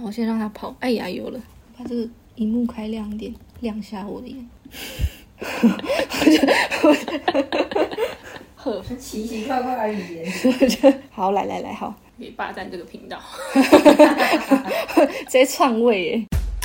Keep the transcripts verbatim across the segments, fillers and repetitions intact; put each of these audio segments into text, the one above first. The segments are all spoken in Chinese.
好，我先让它跑。哎呀，有了，把这个荧幕开亮一点，亮瞎我的眼。 呵，奇奇怪怪的语言。 好，来来来，好， 可以霸占这个频道， 直接篡位耶。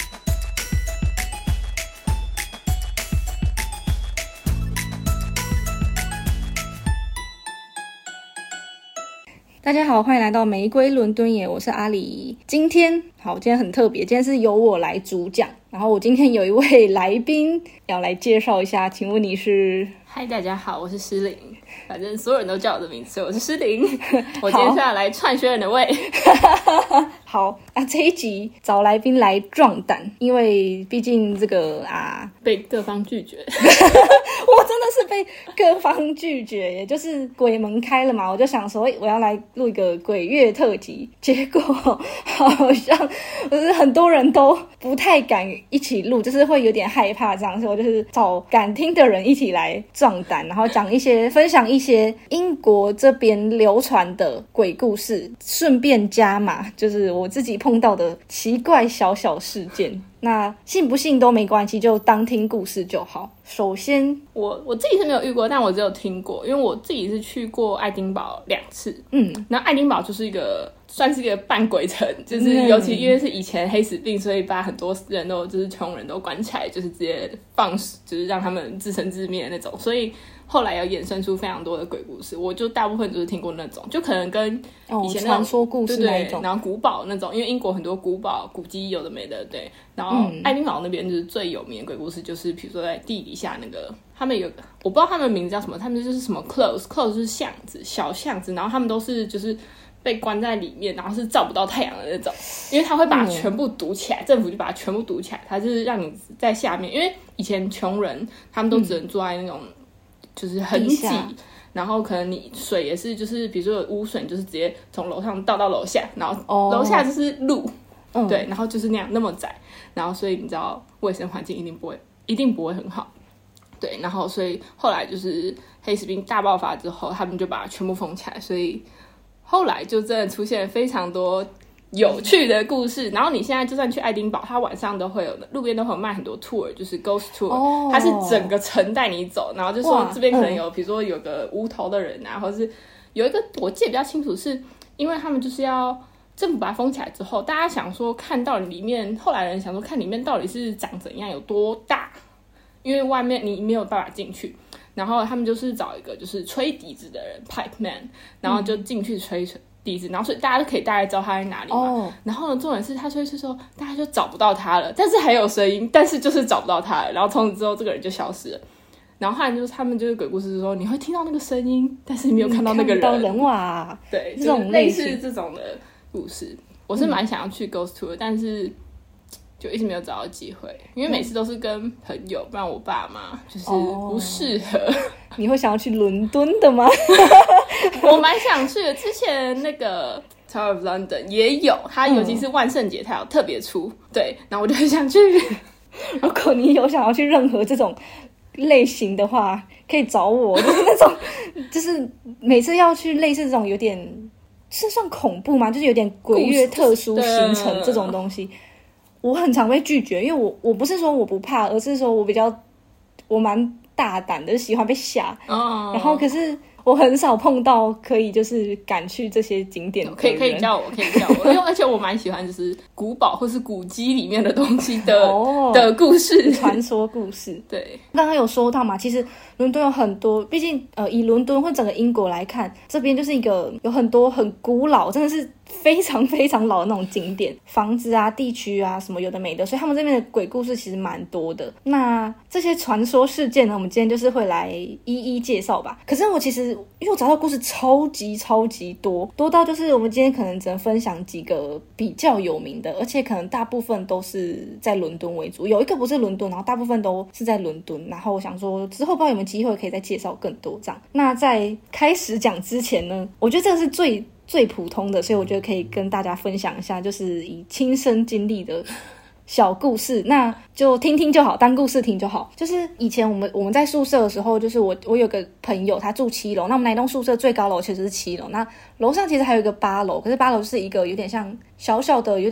大家好，欢迎来到玫瑰伦敦眼，我是阿里。今天好，今天很特别，今天是由我来主讲，然后我今天有一位来宾要来介绍一下，请问你是？ 嗨，大家好，我是诗玲，反正所有人都叫我的名字，我是诗玲。我今天是要来串学人的胃。 好啊，这一集找来宾来壮胆，因为毕竟这个啊被各方拒绝。 我真的是被各方拒绝耶，就是鬼门开了嘛，我就想说我要来录一个鬼月特辑，结果好像就是很多人都不太敢一起录，就是会有点害怕这样，所以我就是找敢听的人一起来壮胆，然后讲一些分享一些英国这边流传的鬼故事，顺便加码就是我自己碰到的奇怪小小事件。那信不信都没关系，就当听故事就好。首先我我自己是没有遇过，但我只有听过，因为我自己是去过爱丁堡两次。嗯，然后爱丁堡就是一个算是一个半鬼城，就是尤其因为是以前黑死病，所以把很多人都就是穷人都关起来，就是直接放就是让他们自生自灭的那种，所以后来要衍生出非常多的鬼故事。我就大部分就是听过那种，就可能跟以前那种传说故事那一种， 对对，然后古堡那种，因为英国很多古堡古迹有的没的，对。然后爱丁堡那边就是最有名的鬼故事，就是比如说在地底下那个，他们有我不知道他们名字叫什么，他们就是什么 close close 就是巷子小巷子，然后他们都是就是被关在里面，然后是照不到太阳的那种，因为他会把它全部堵起来，政府就把它全部堵起来，他就是让你在下面，因为以前穷人他们都只能住在那种就是很挤。然后可能你水也是，就是比如说有污水，就是直接从楼上倒到楼下，然后楼下就是路，哦、对，然后就是那样那么窄，然后所以你知道卫生环境一定不会，一定不会很好，对，然后所以后来就是黑死病大爆发之后，他们就把它全部封起来，所以后来就真的出现了非常多有趣的故事。然后你现在就算去爱丁堡，它晚上都会有路边都会有卖很多 tour， 就是 ghost tour，哦、它是整个城带你走，然后就说这边可能有、嗯、比如说有个无头的人啊，或者是有一个我记得比较清楚，是因为他们就是要政府把它封起来之后，大家想说看到里面，后来人想说看里面到底是长怎样有多大，因为外面你没有办法进去，然后他们就是找一个就是吹笛子的人 pipe man， 然后就进去吹吹笛子，然后所以大家都可以大概知道他在哪里嘛。Oh. 然后呢，重点是他吹吹之后，大家就找不到他了，但是还有声音，但是就是找不到他了。然后从此之后，这个人就消失了。然后后来就是他们就是鬼故事是说，你会听到那个声音，但是你没有看到那个人。看不到人哇，对，这种类似这种的故事，我是蛮想要去 ghost tour，、嗯、但是就一直没有找到机会，因为每次都是跟朋友，不然我爸妈就是不适合。Oh. 你会想要去伦敦的吗？ 我蛮想去的，之前那个 Tower of London 也有，它尤其是万圣节它有特别出，对，然后我就很想去。 如果你有想要去任何这种类型的话，可以找我，就是那种就是每次要去类似这种有点是算恐怖吗？就是有点鬼月特殊行程这种东西，我很常被拒绝，因为我我不是说我不怕，而是说我比较我蛮大胆的，喜欢被吓，哦、然后可是我很少碰到可以就是敢去这些景点的人。 可以可以叫我，可以叫我，因为而且我蛮喜欢就是古堡或是古迹里面的东西的、哦、的故事， 传说故事。 对， 刚刚有说到嘛，其实伦敦有很多，毕竟呃以伦敦或整个英国来看，这边就是一个有很多很古老，真的是非常非常老的那种景点、房子啊、地区啊什么有的没的，所以他们这边的鬼故事其实蛮多的。那这些传说事件呢，我们今天就是会来一一介绍吧。可是我其实因为我找到故事超级超级多，多到就是我们今天可能只能分享几个比较有名的，而且可能大部分都是在伦敦为主，有一个不是伦敦，然后大部分都是在伦敦。然后我想说之后不知道有没有机会可以再介绍更多这样。那在开始讲之前呢，我觉得这个是最最普通的，所以我觉得可以跟大家分享一下，就是以亲身经历的小故事，那就听听就好，当故事听就好。就是以前我们我们在宿舍的时候，就是我我有个朋友他住七楼，那我们那栋宿舍最高楼其实是七楼，那楼上其实还有一个八楼，可是八楼是一个有点像小小的有点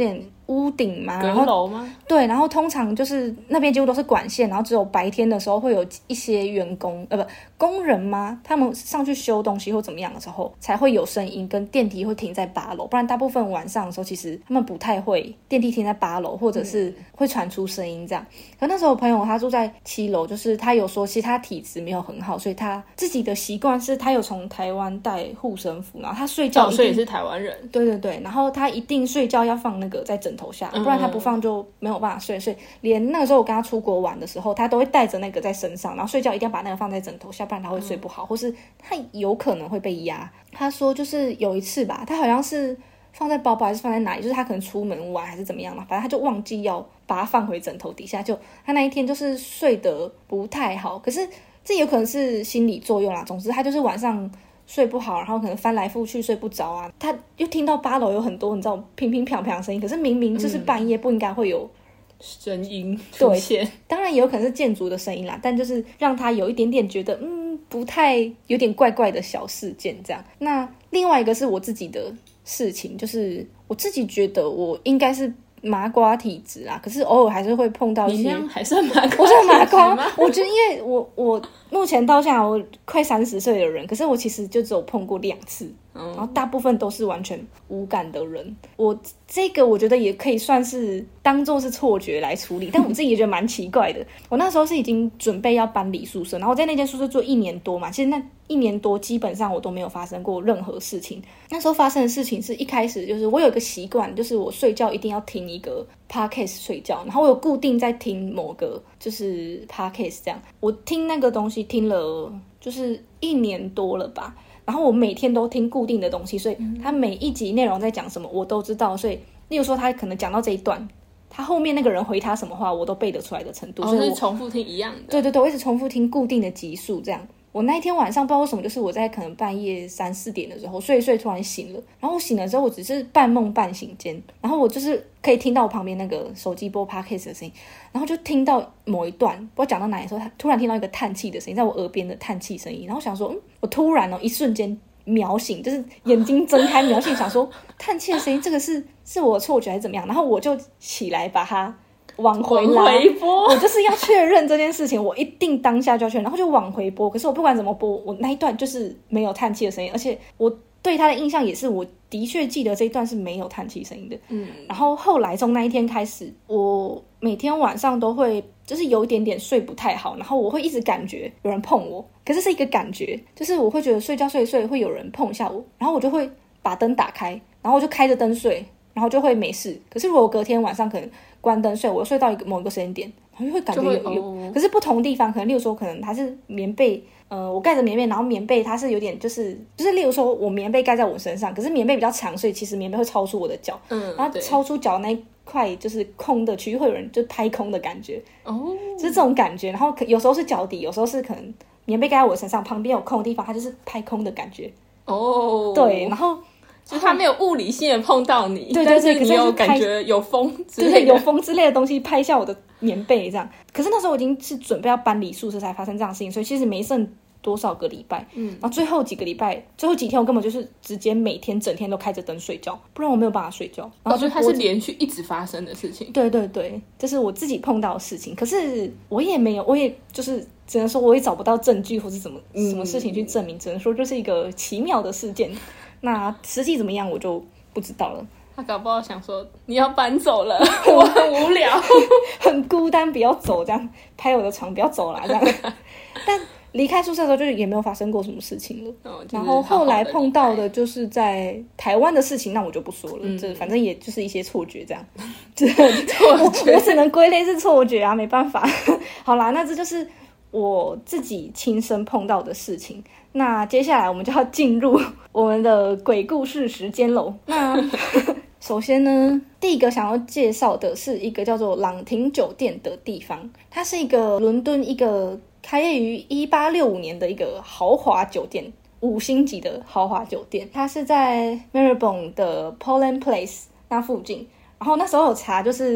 屋顶嘛， 阁然后楼吗？ 对，然后通常就是那边几乎都是管线，然后只有白天的时候会有一些员工呃不工人吗？他们上去修东西或怎么样的时候才会有声音，跟电梯会停在八楼，不然大部分晚上的时候其实他们不太会电梯停在八楼，或者是会传出声音这样。可那时候我朋友他住在七楼，就是他有说其实他体质没有很好，所以他自己的习惯是他有从台湾带护身符，然后他睡觉一定、 哦、所以也是台湾人。 对对对，然后他一定睡觉要放那个在枕头下，不然他不放就没有办法睡。所以连那个时候我跟他出国玩的时候，他都会带着那个在身上，然后睡觉一定要把那个放在枕头下，不然他会睡不好，或是他有可能会被压。他说就是有一次吧，他好像是放在包包还是放在哪里，就是他可能出门玩还是怎么样嘛，反正他就忘记要把它放回枕头底下，就他那一天就是睡得不太好。可是这有可能是心理作用啦，总之他就是晚上睡不好，然后可能翻来覆去睡不着啊。他又听到八楼有很多你知道乒乒乓乓的声音，可是明明就是半夜不应该会有声音出现， 当然也有可能是建筑的声音啦，但就是让他有一点点觉得嗯不太有点怪怪的小事件这样。那另外一个是我自己的事情，就是我自己觉得我应该是麻瓜体质啊，可是偶尔还是会碰到一些。 你那样还算麻瓜？ 我是麻瓜，我觉得因为我我目前到现在我快三十岁的人，可是我其实就只有碰过两次，嗯、然后大部分都是完全无感的人。我这个我觉得也可以算是当作是错觉来处理，但我自己也觉得蛮奇怪的。我那时候是已经准备要搬离宿舍，然后在那间宿舍住一年多嘛，其实那一年多基本上我都没有发生过任何事情。那时候发生的事情是一开始就是我有一个习惯，就是我睡觉一定要听一个 podcast 睡觉，然后我有固定在听某个就是 podcast 这样。我听那个东西听了就是一年多了吧，然后我每天都听固定的东西，所以他每一集内容在讲什么我都知道。所以例如说他可能讲到这一段，他后面那个人回他什么话我都背得出来的程度。 哦， 所以我是重复听一样的。 对对对，我一直重复听固定的集数这样。我那一天晚上不知道为什么，就是我在可能半夜三四点的时候睡一睡突然醒了，然后我醒了之后我只是半梦半醒间，然后我就是可以听到我旁边那个手机播 podcast 的声音，然后就听到某一段不知道讲到哪里的时候，他突然听到一个叹气的声音，在我耳边的叹气声音，然后想说嗯，我突然哦一瞬间秒醒，就是眼睛睁开秒醒，想说叹气的声音这个是是我错觉还是怎么样，然后我就起来把它往回拉， 回播， 我就是要确认这件事情，我一定当下就要确认，然后就往回播。可是我不管怎么播，我那一段就是没有叹气的声音，而且我对他的印象也是，我的确记得这一段是没有叹气声音的。嗯，然后后来从那一天开始，我每天晚上都会就是有一点点睡不太好，然后我会一直感觉有人碰我，可是是一个感觉，就是我会觉得睡觉睡一睡会有人碰一下我，然后我就会把灯打开，然后我就开着灯睡，然后就会没事。可是如果我隔天晚上可能关灯睡，我睡到一个某一个时间点，然后就会感觉有有、哦，可是不同地方，可能例如说，可能它是棉被，呃，我盖着棉被，然后棉被它是有点就是就是，例如说我棉被盖在我身上，可是棉被比较长，所以其实棉被会超出我的脚，嗯，然后超出脚那一块就是空的区域，会有人就拍空的感觉，哦，就是这种感觉。然后有时候是脚底，有时候是可能棉被盖在我身上，旁边有空的地方，它就是拍空的感觉，哦，对，然后。 就是他没有物理性的碰到你， 对对对， 但是你有感觉有风之类的， 对对，有风之类的东西拍一下我的棉被这样。可是那时候我已经是准备要搬离宿舍才发生这样的事情，所以其实没剩多少个礼拜，嗯，然后最后几个礼拜，最后几天我根本就是直接每天整天都开着灯睡觉，不然我没有办法睡觉。 然后就它是连续一直发生的事情， 对对对，这是我自己碰到的事情。可是我也没有，我也就是只能说我也找不到证据或是什么、嗯、什么事情去证明，只能说就是一个奇妙的事件。那实际怎么样我就不知道了。 他搞不好想说你要搬走了，我很无聊， 很孤单，不要走，这样拍我的床，不要走啦，这样。但离开宿舍的时候，就也没有发生过什么事情了。哦、然后后来碰到的就是在台湾的事情，那我就不说了。嗯、这反正也就是一些错觉，这样。错觉，我只能归类是错觉啊，没办法。好啦，那这就是我自己亲身碰到的事情。那接下来我们就要进入我们的鬼故事时间喽。那首先呢，第一个想要介绍的是一个叫做朗廷酒店的地方，它是一个伦敦一个开业于一八六五年的一个豪华酒店，五星级的豪华酒店。它是在 Marylebone 的 Poland Place 那附近。然后那时候有查，就是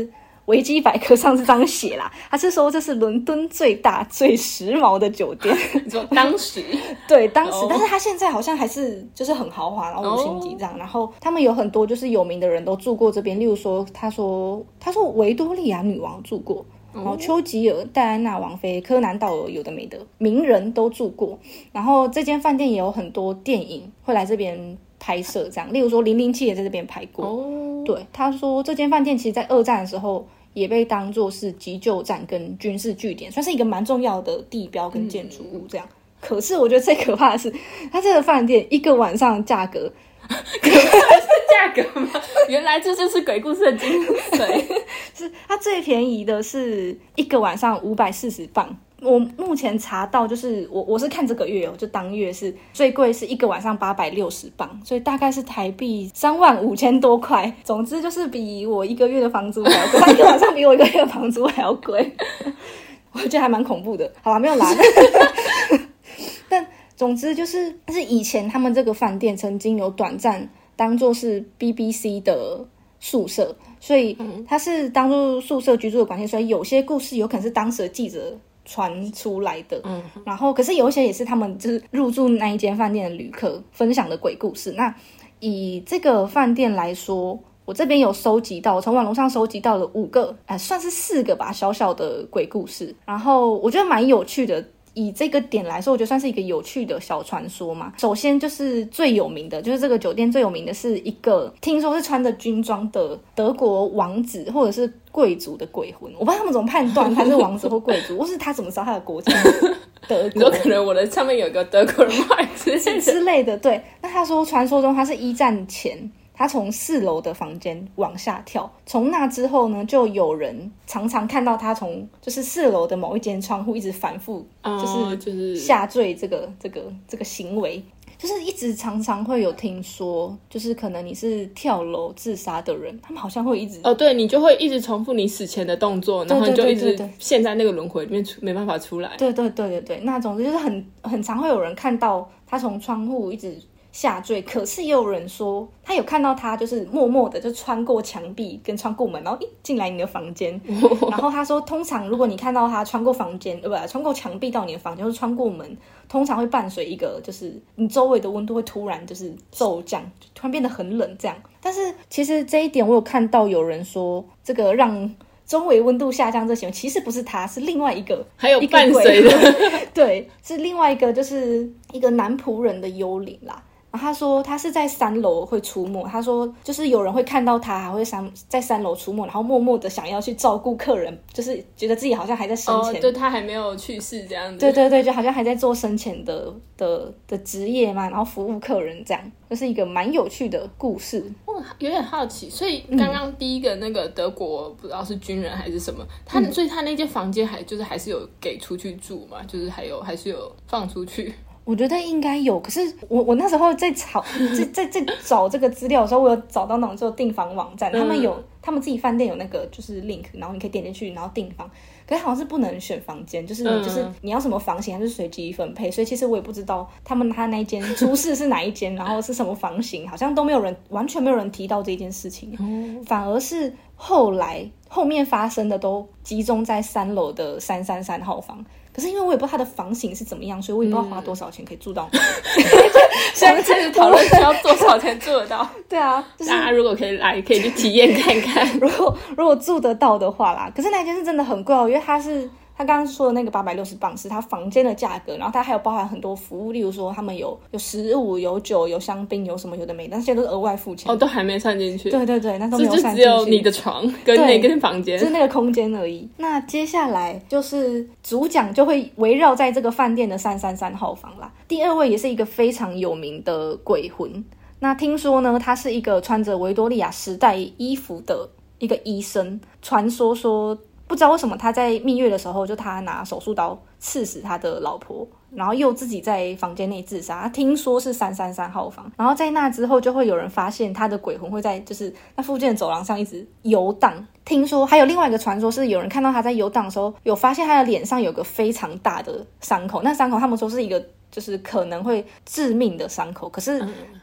维基百科上是这样写啦，他是说这是伦敦最大最时髦的酒店。 你说当时对当时、 哦、 但是他现在好像还是就是很豪华，然后五星级这样、哦、然后他们有很多就是有名的人都住过这边，例如说他说他说维多利亚女王住过，然后丘吉尔、戴安娜王妃、柯南道尔，有的没的名人都住过。然后这间饭店也有很多电影会来这边拍摄，这样，例如说零零七也在这边拍过、哦、对，他说这间饭店其实在二战的时候也被当作是急救站跟军事据点，算是一个蛮重要的地标跟建筑物这样、嗯、可是我觉得最可怕的是他这个饭店一个晚上的价格可怕的是价格吗？原来这就是鬼故事的精髓。 是它最便宜的是一个晚上五百四十磅，我目前查到就是我我是看这个月哦，就当月是最贵是一个晚上八百六十磅，所以大概是台币三万五千多块。总之就是比我一个月的房租还要贵，它一个晚上比我一个月的房租还要贵，我觉得还蛮恐怖的。好啦，没有啦。但总之就是是以前他们这个饭店曾经有短暂当作是 B B C 的宿舍，所以它是当作宿舍居住的关系，所以有些故事有可能是当时的记者传出来的，嗯，然后可是有一些也是他们就是入住那一间饭店的旅客分享的鬼故事。那以这个饭店来说，我这边有收集到，从网络上收集到了五个，哎，算是四个吧，小小的鬼故事，然后我觉得蛮有趣的。以这个点来说，我觉得算是一个有趣的小传说嘛。首先就是最有名的，就是这个酒店最有名的是一个听说是穿着军装的德国王子或者是贵族的鬼魂。我不知道他们怎么判断他是王子或贵族，或是他怎么知道他的国家德国。 你说可能我的上面有一个德国人脉之类的之类的，对。那他说传说中他是一战前他从四楼的房间往下跳，从那之后呢，就有人常常看到他从就是四楼的某一间窗户一直反复， 哦、 就是就是下坠这个这个这个行为，就是一直常常会有听说，就是可能你是跳楼自杀的人，他们好像会一直哦，对，你就会一直重复你死前的动作，然后你就一直陷在那个轮回里面没办法出来。 对对对对对，那总之就是很很常会有人看到他从窗户一直下坠，可是也有人说他有看到他就是默默的就穿过墙壁跟穿过门，然后一进来你的房间。然后他说通常如果你看到他穿过房间呃不穿过墙壁到你的房间或是穿过门，通常会伴随一个就是你周围的温度会突然就是骤降，突然变得很冷这样。但是其实这一点我有看到有人说这个让周围温度下降这行为其实不是他，是另外一个还有伴随的对，是另外一个就是一个男仆人的幽灵啦。然后他说他是在三楼会出没，他说就是有人会看到他还会三在三楼出没，然后默默的想要去照顾客人，就是觉得自己好像还在生前， 哦，对，他还没有去世这样子， 对对对，就好像还在做生前的的的职业嘛，然后服务客人这样，就是一个蛮有趣的故事。 我有点好奇，所以刚刚第一个那个德国不知道是军人还是什么，他、嗯、所以他那间房间还就是还是有给出去住嘛，就是还有还是有放出去。 我觉得应该有，可是我我那时候在找在在在找这个资料的时候，我有找到那种就订房网站，他们有他们自己饭店有那个就是 link， 然后你可以点进去，然后订房。可是好像是不能选房间，就是就是你要什么房型还是随机分配，所以其实我也不知道他们他那一间出事是哪一间，然后是什么房型，好像都没有人完全没有人提到这件事情，反而是后来后面发生的都集中在三楼的三三三号房。可是因为我也不知道它的房型是怎么样，所以我也不知道花多少钱可以住到。 现在开始讨论需要多少钱住得到。 对啊，就是、 大家如果可以来，可以去体验看看。 如果如果住得到的话啦，可是那间是真的很贵哦，因为它是。他刚刚说的那个八百六十磅是他房间的价格，然后他还有包含很多服务，例如说他们有有食物、有酒、有香槟、有什么有的没的，但这些都是额外付钱。 哦，都还没算进去。 对对对，那都没有算进去。 就只有你的床跟那个房间， 就是那个空间而已。那接下来就是主讲就会围绕在这个饭店的三三三号房啦。第二位也是一个非常有名的鬼魂。那听说呢，他是一个穿着维多利亚时代衣服的一个医生，传说说。不知道为什么他在蜜月的时候，就他拿手术刀刺死他的老婆，然后又自己在房间内自杀。他听说是三三三号房，然后在那之后就会有人发现他的鬼魂会在就是那附近的走廊上一直游荡。听说还有另外一个传说是有人看到他在游荡的时候，有发现他的脸上有个非常大的伤口，那伤口他们说是一个就是可能会致命的伤口，可是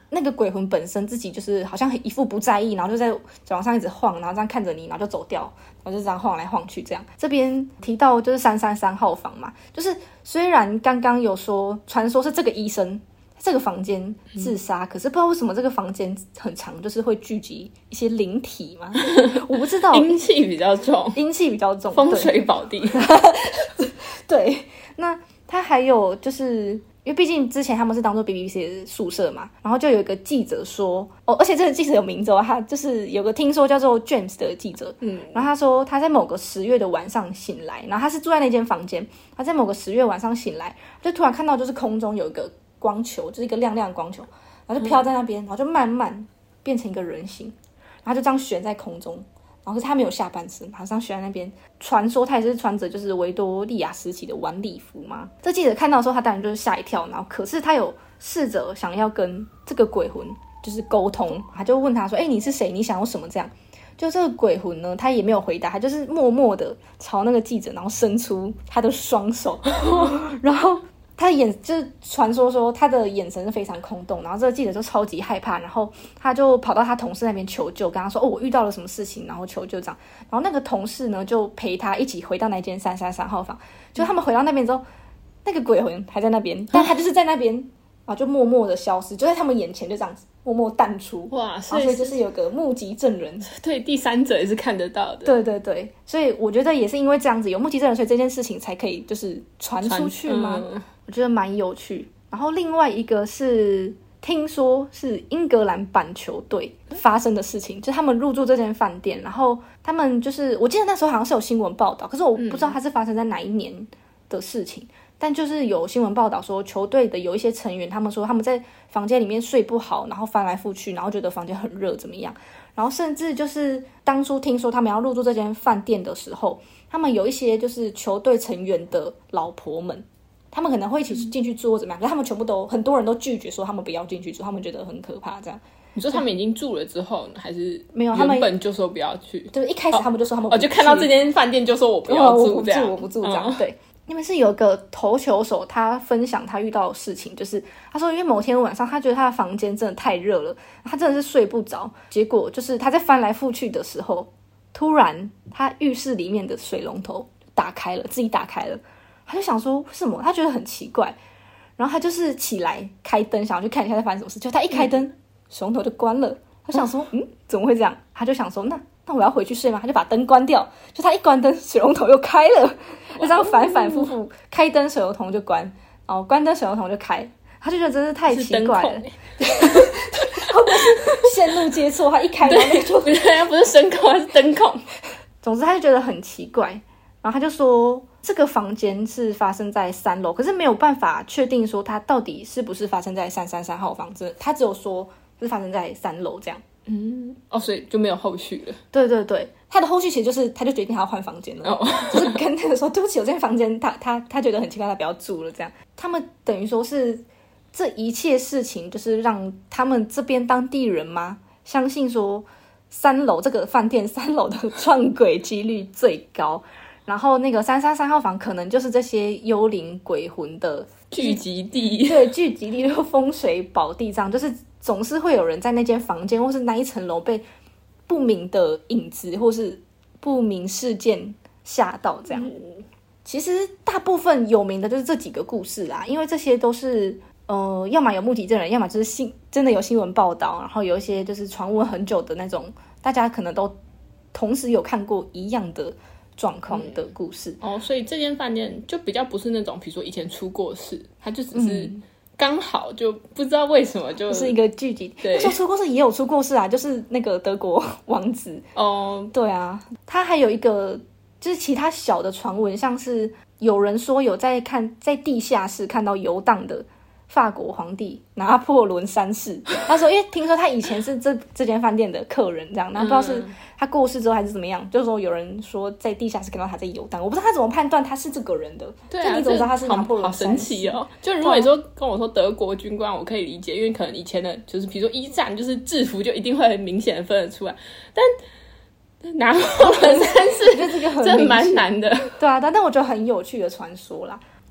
那个鬼魂本身自己就是好像一副不在意，然后就在走廊上一直晃，然后这样看着你，然后就走掉，然后就这样晃来晃去这样。这边提到就是三三三号房嘛，就是虽然刚刚有说传说是这个医生这个房间自杀、嗯、可是不知道为什么这个房间很长，就是会聚集一些灵体嘛我不知道， 阴气比较重， 阴气比较重， 风水宝地对，那他还有就是因为毕竟之前他们是当做 B B C 的宿舍嘛，然后就有一个记者说哦，而且这个记者有名字哦，他就是有个听说叫做 James 的记者，嗯，然后他说他在某个十月的晚上醒来，然后他是住在那间房间，他在某个十月晚上醒来，就突然看到就是空中有一个光球，就是一个亮亮的光球，然后就飘在那边、嗯、然后就慢慢变成一个人形，然后就这样悬在空中，然后可是他没有下半身，马上悬在那边。传说他也是穿着就是维多利亚时期的晚礼服嘛。这记者看到的时候，他当然就是吓一跳，然后可是他有试着想要跟这个鬼魂就是沟通，他就问他说：“哎、欸，你是谁？你想要什么？”这样，就这个鬼魂呢，他也没有回答，他就是默默的朝那个记者，然后伸出他的双手，然后。他的眼就是传说说他的眼神是非常空洞，然后这个记者就超级害怕，然后他就跑到他同事那边求救，跟他说哦我遇到了什么事情，然后求救这样，然后那个同事呢就陪他一起回到那间三三三号房，就他们回到那边之后，那个鬼魂还在那边，但他就是在那边，然后就默默的消失，就在他们眼前就这样子默默淡出。哇，所以所以就是有个目击证人， 对，第三者也是看得到的。 对对对，所以我觉得也是因为这样子有目击证人，所以这件事情才可以就是传出去吗？嗯，我觉得蛮有趣。然后另外一个是听说是英格兰板球队发生的事情，就是他们入住这间饭店，然后他们就是我记得那时候好像是有新闻报道，可是我不知道它是发生在哪一年的事情。嗯，但就是有新闻报道说球队的有一些成员他们说他们在房间里面睡不好，然后翻来覆去，然后觉得房间很热怎么样，然后甚至就是当初听说他们要入住这间饭店的时候，他们有一些就是球队成员的老婆们他们可能会一起进去住或怎么样，可是他们全部都很多人都拒绝说他们不要进去住，他们觉得很可怕这样。 你说他们已经住了之后还是没有，他们原本就说不要去， 就是一开始他们就说他们不去， 哦，就看到这间饭店就说我不要住这样， 我不住我不住这样，嗯，对。因为是有个投球手他分享他遇到的事情，就是他说因为某天晚上他觉得他的房间真的太热了，他真的是睡不着，结果就是他在翻来覆去的时候，突然他浴室里面的水龙头打开了，自己打开了，他就想说为什么，他觉得很奇怪，然后他就是起来开灯想要去看一下在发生什么事，结果他一开灯，嗯，水龙头就关了，他想说嗯怎么会这样，他就想说那那我要回去睡吗？他就把灯关掉，就他一关灯水龙头又开了，就这样反反复复开灯水龙头就关，然后关灯水龙头就开，他就觉得真是太奇怪了，他不是线路接错，他一开然后就不是不是声控，他是灯控。 总之他就觉得很奇怪，然后他就说这个房间是发生在三楼，可是没有办法确定说他到底是不是发生在三三三号房子，他只有说是发生在三楼这样。 嗯，哦，所以就没有后续了。 对对对，他的后续其实就是他就决定他要换房间了，哦，就是跟那个说对不起，我这间房间他他他觉得很奇怪，他不要住了这样。他们等于说是这一切事情就是让他们这边当地人吗相信说三楼这个饭店三楼的撞鬼几率最高，然后那个三三三号房可能就是这些幽灵鬼魂的聚集地， 对，聚集地就风水宝地这样，就是总是会有人在那间房间或是那一层楼被不明的影子或是不明事件吓到这样。嗯，其实大部分有名的就是这几个故事啦，因为这些都是呃，要么有目击证人，要么就是新真的有新闻报道，然后有一些就是传闻很久的那种，大家可能都同时有看过一样的状况的故事。 嗯，哦，所以这间饭店就比较不是那种比如说以前出过事，它就只是刚好就不知道为什么就、 就是一个聚集。那时候出过事也有出过事啊，就是那个德国王子。哦，对啊，他还有一个就是其他小的传闻，像是有人说有在看在地下室看到游荡的法国皇帝拿破仑三世。他说因为听说他以前是这这间饭店的客人这样，然后不知道是他过世之后还是怎么样，就是说有人说在地下室看到他在游荡，我不知道他怎么判断他是这个人的。对啊，就你怎么知道他是拿破仑三世？ 好神奇哦！就如果你说跟我说德国军官，我可以理解，因为可能以前的就是比如说一战就是制服就一定会很明显的分得出来，但拿破仑三世就这个很蛮难的。 对啊，但但我觉得很有趣的传说啦。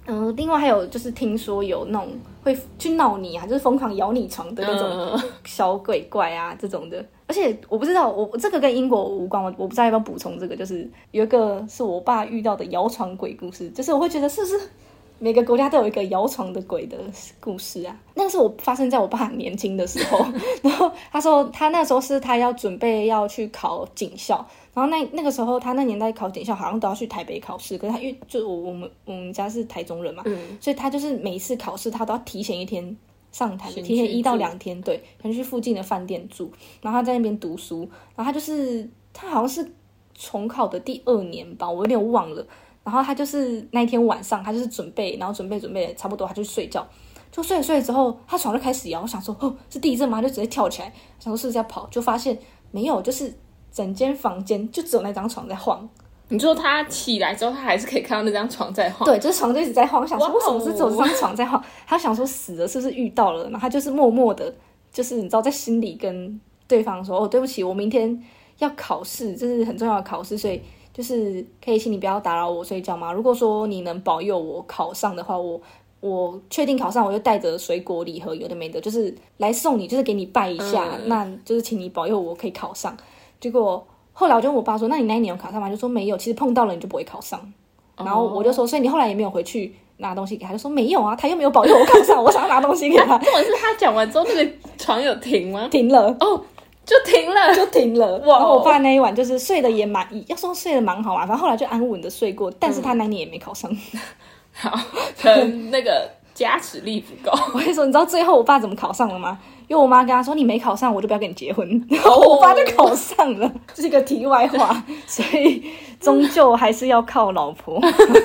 嗯、呃，另外还有就是听说有那种会去闹你啊，就是疯狂咬你床的那种小鬼怪啊，这种的。而且我不知道，我这个跟英国无关，我我不知道要不要补充这个，就是有一个是我爸遇到的摇床鬼故事，就是我会觉得是不是每个国家都有一个摇床的鬼的故事啊？那个是我发生在我爸很年轻的时候，然后他说他那时候是他要准备要去考警校。然后那那个时候，他那年代考警校好像都要去台北考试，可是他因为就我我们我们家是台中人嘛，嗯、所以他就是每一次考试他都要提前一天上台，提前一到两天，对，可能去附近的饭店住，然后他在那边读书，然后他就是他好像是重考的第二年吧，我有点忘了。然后他就是那一天晚上，他就是准备，然后准备准备差不多，他就睡觉，就睡着睡着之后，他床就开始摇，我想说哦是地震吗？就直接跳起来，想说是不是要跑，就发现没有，就是。整间房间就只有那张床在晃。 你说他起来之后，他还是可以看到那张床在晃？ 对，就是床就一直在晃。我想说，为什么是只有这张床在晃？他想说死了是不是遇到了？然后他就是默默的，就是你知道在心里跟对方说：“哦，对不起，我明天要考试，这是很重要的考试，所以就是可以请你不要打扰我睡觉吗？如果说你能保佑我考上的话，我我确定考上，我就带着水果礼盒，有的没的，就是来送你，就是给你拜一下，嗯、那就是请你保佑我可以考上。”结果后来我就问我爸说：“那你那一年有考上吗？”就说没有，其实碰到了你就不会考上。然后我就说：“所以你后来也没有回去拿东西给他？”就说：“没有啊，他又没有保佑我考上，我想要拿东西给他。” 重点是他讲完之后，那个床有停吗？ 停了哦，就停了， 就停了。然后我爸那一晚就是睡得也蛮，要说睡得蛮好啊，反正后来就安稳的睡过。但是他那年也没考上。 嗯、好，可能那个加持力不够。 我跟你说，你知道最后我爸怎么考上了吗？因为我妈跟他说你没考上我就不要跟你结婚，然后我爸就考上了，这是一个题外话，所以终究还是要靠老婆。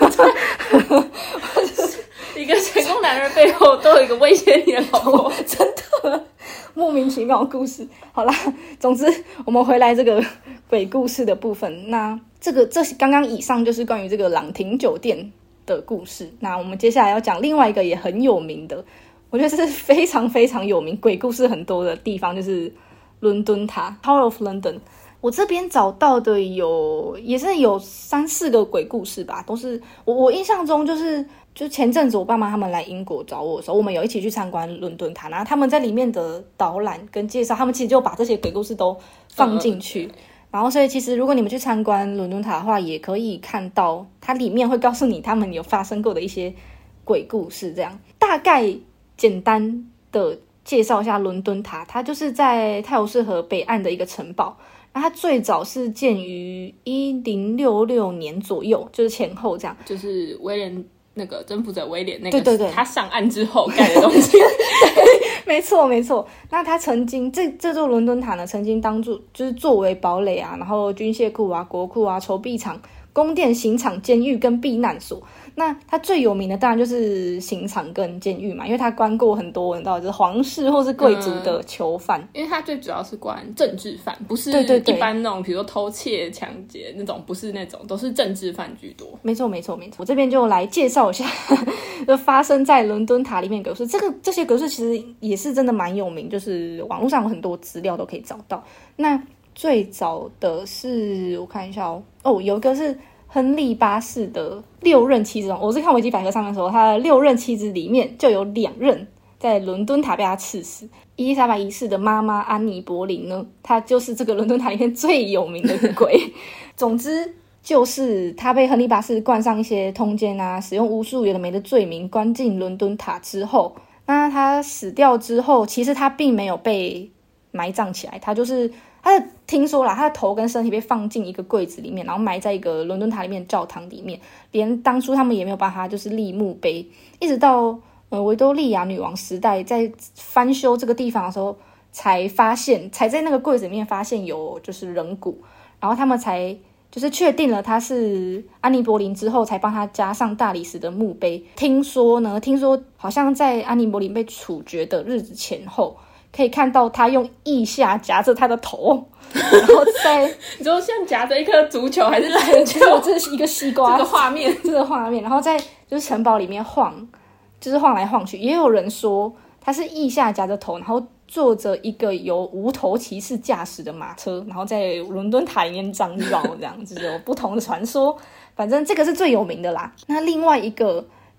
一个成功男人背后都有一个威胁你的老婆， 真的莫名其妙的故事。好啦，总之我们回来这个鬼故事的部分，那这个这刚刚以上就是关于这个朗廷酒店的故事，那我们接下来要讲另外一个也很有名的，我觉得是非常非常有名，鬼故事很多的地方，就是伦敦塔 Tower of London。 我这边找到的有也是有三四个鬼故事吧，都是我我印象中就是就前阵子我爸妈他们来英国找我的时候，我们有一起去参观伦敦塔，然后他们在里面的导览跟介绍，他们其实就把这些鬼故事都放进去、嗯、然后所以其实如果你们去参观伦敦塔的话，也可以看到它里面会告诉你他们有发生过的一些鬼故事，这样大概简单的介绍一下伦敦塔，它就是在泰晤士河北岸的一个城堡。那它最早是建于一零六六年左右，就是前后这样。 就是威廉那个征服者威廉那个， 对对对， 他上岸之后盖的东西。对， 没错没错。那它曾经这这座伦敦塔呢，曾经当作就是作为堡垒啊，然后军械库啊、国库啊、筹备场、宫殿、刑场、监狱跟避难所。那它最有名的当然就是刑场跟监狱嘛，因为它关过很多人到就是皇室或是贵族的囚犯、 嗯、因为它最主要是关政治犯，不是一般那种比如说偷窃抢劫那种，不是那种，都是政治犯居多。 没错没错没错。我这边就来介绍一下就发生在伦敦塔里面的鬼故事，这个这些鬼故事其实也是真的蛮有名，就是网络上有很多资料都可以找到。那最早的是我看一下哦，哦有一个是亨利八世的六任妻子，我是看维基百科上面说，他的六任妻子里面就有两任在伦敦塔被他刺死。伊丽莎白一世的妈妈安妮·柏林呢，她就是这个伦敦塔里面最有名的鬼。总之就是他被亨利八世冠上一些通奸啊、使用巫术有的没的罪名，关进伦敦塔之后，那他死掉之后，其实他并没有被埋葬起来，他就是他的听说啦，他的头跟身体被放进一个柜子里面，然后埋在一个伦敦塔里面的教堂里面，连当初他们也没有把它就是立墓碑，一直到呃维多利亚女王时代在翻修这个地方的时候，才发现才在那个柜子里面发现有就是人骨，然后他们才就是确定了他是安妮·柏林之后，才帮他加上大理石的墓碑。听说呢，听说好像在安妮·柏林被处决的日子前后，可以看到他用腋下夹着他的头，然后在你说像夹着一颗足球还是篮球？ 这是一个西瓜， 这个画面， 这个画面，然后在就是城堡里面晃，就是晃来晃去。也有人说他是腋下夹着头，然后坐着一个由无头骑士驾驶的马车，然后在伦敦塔里面张绕，这样子有不同的传说。反正这个是最有名的啦。那另外一个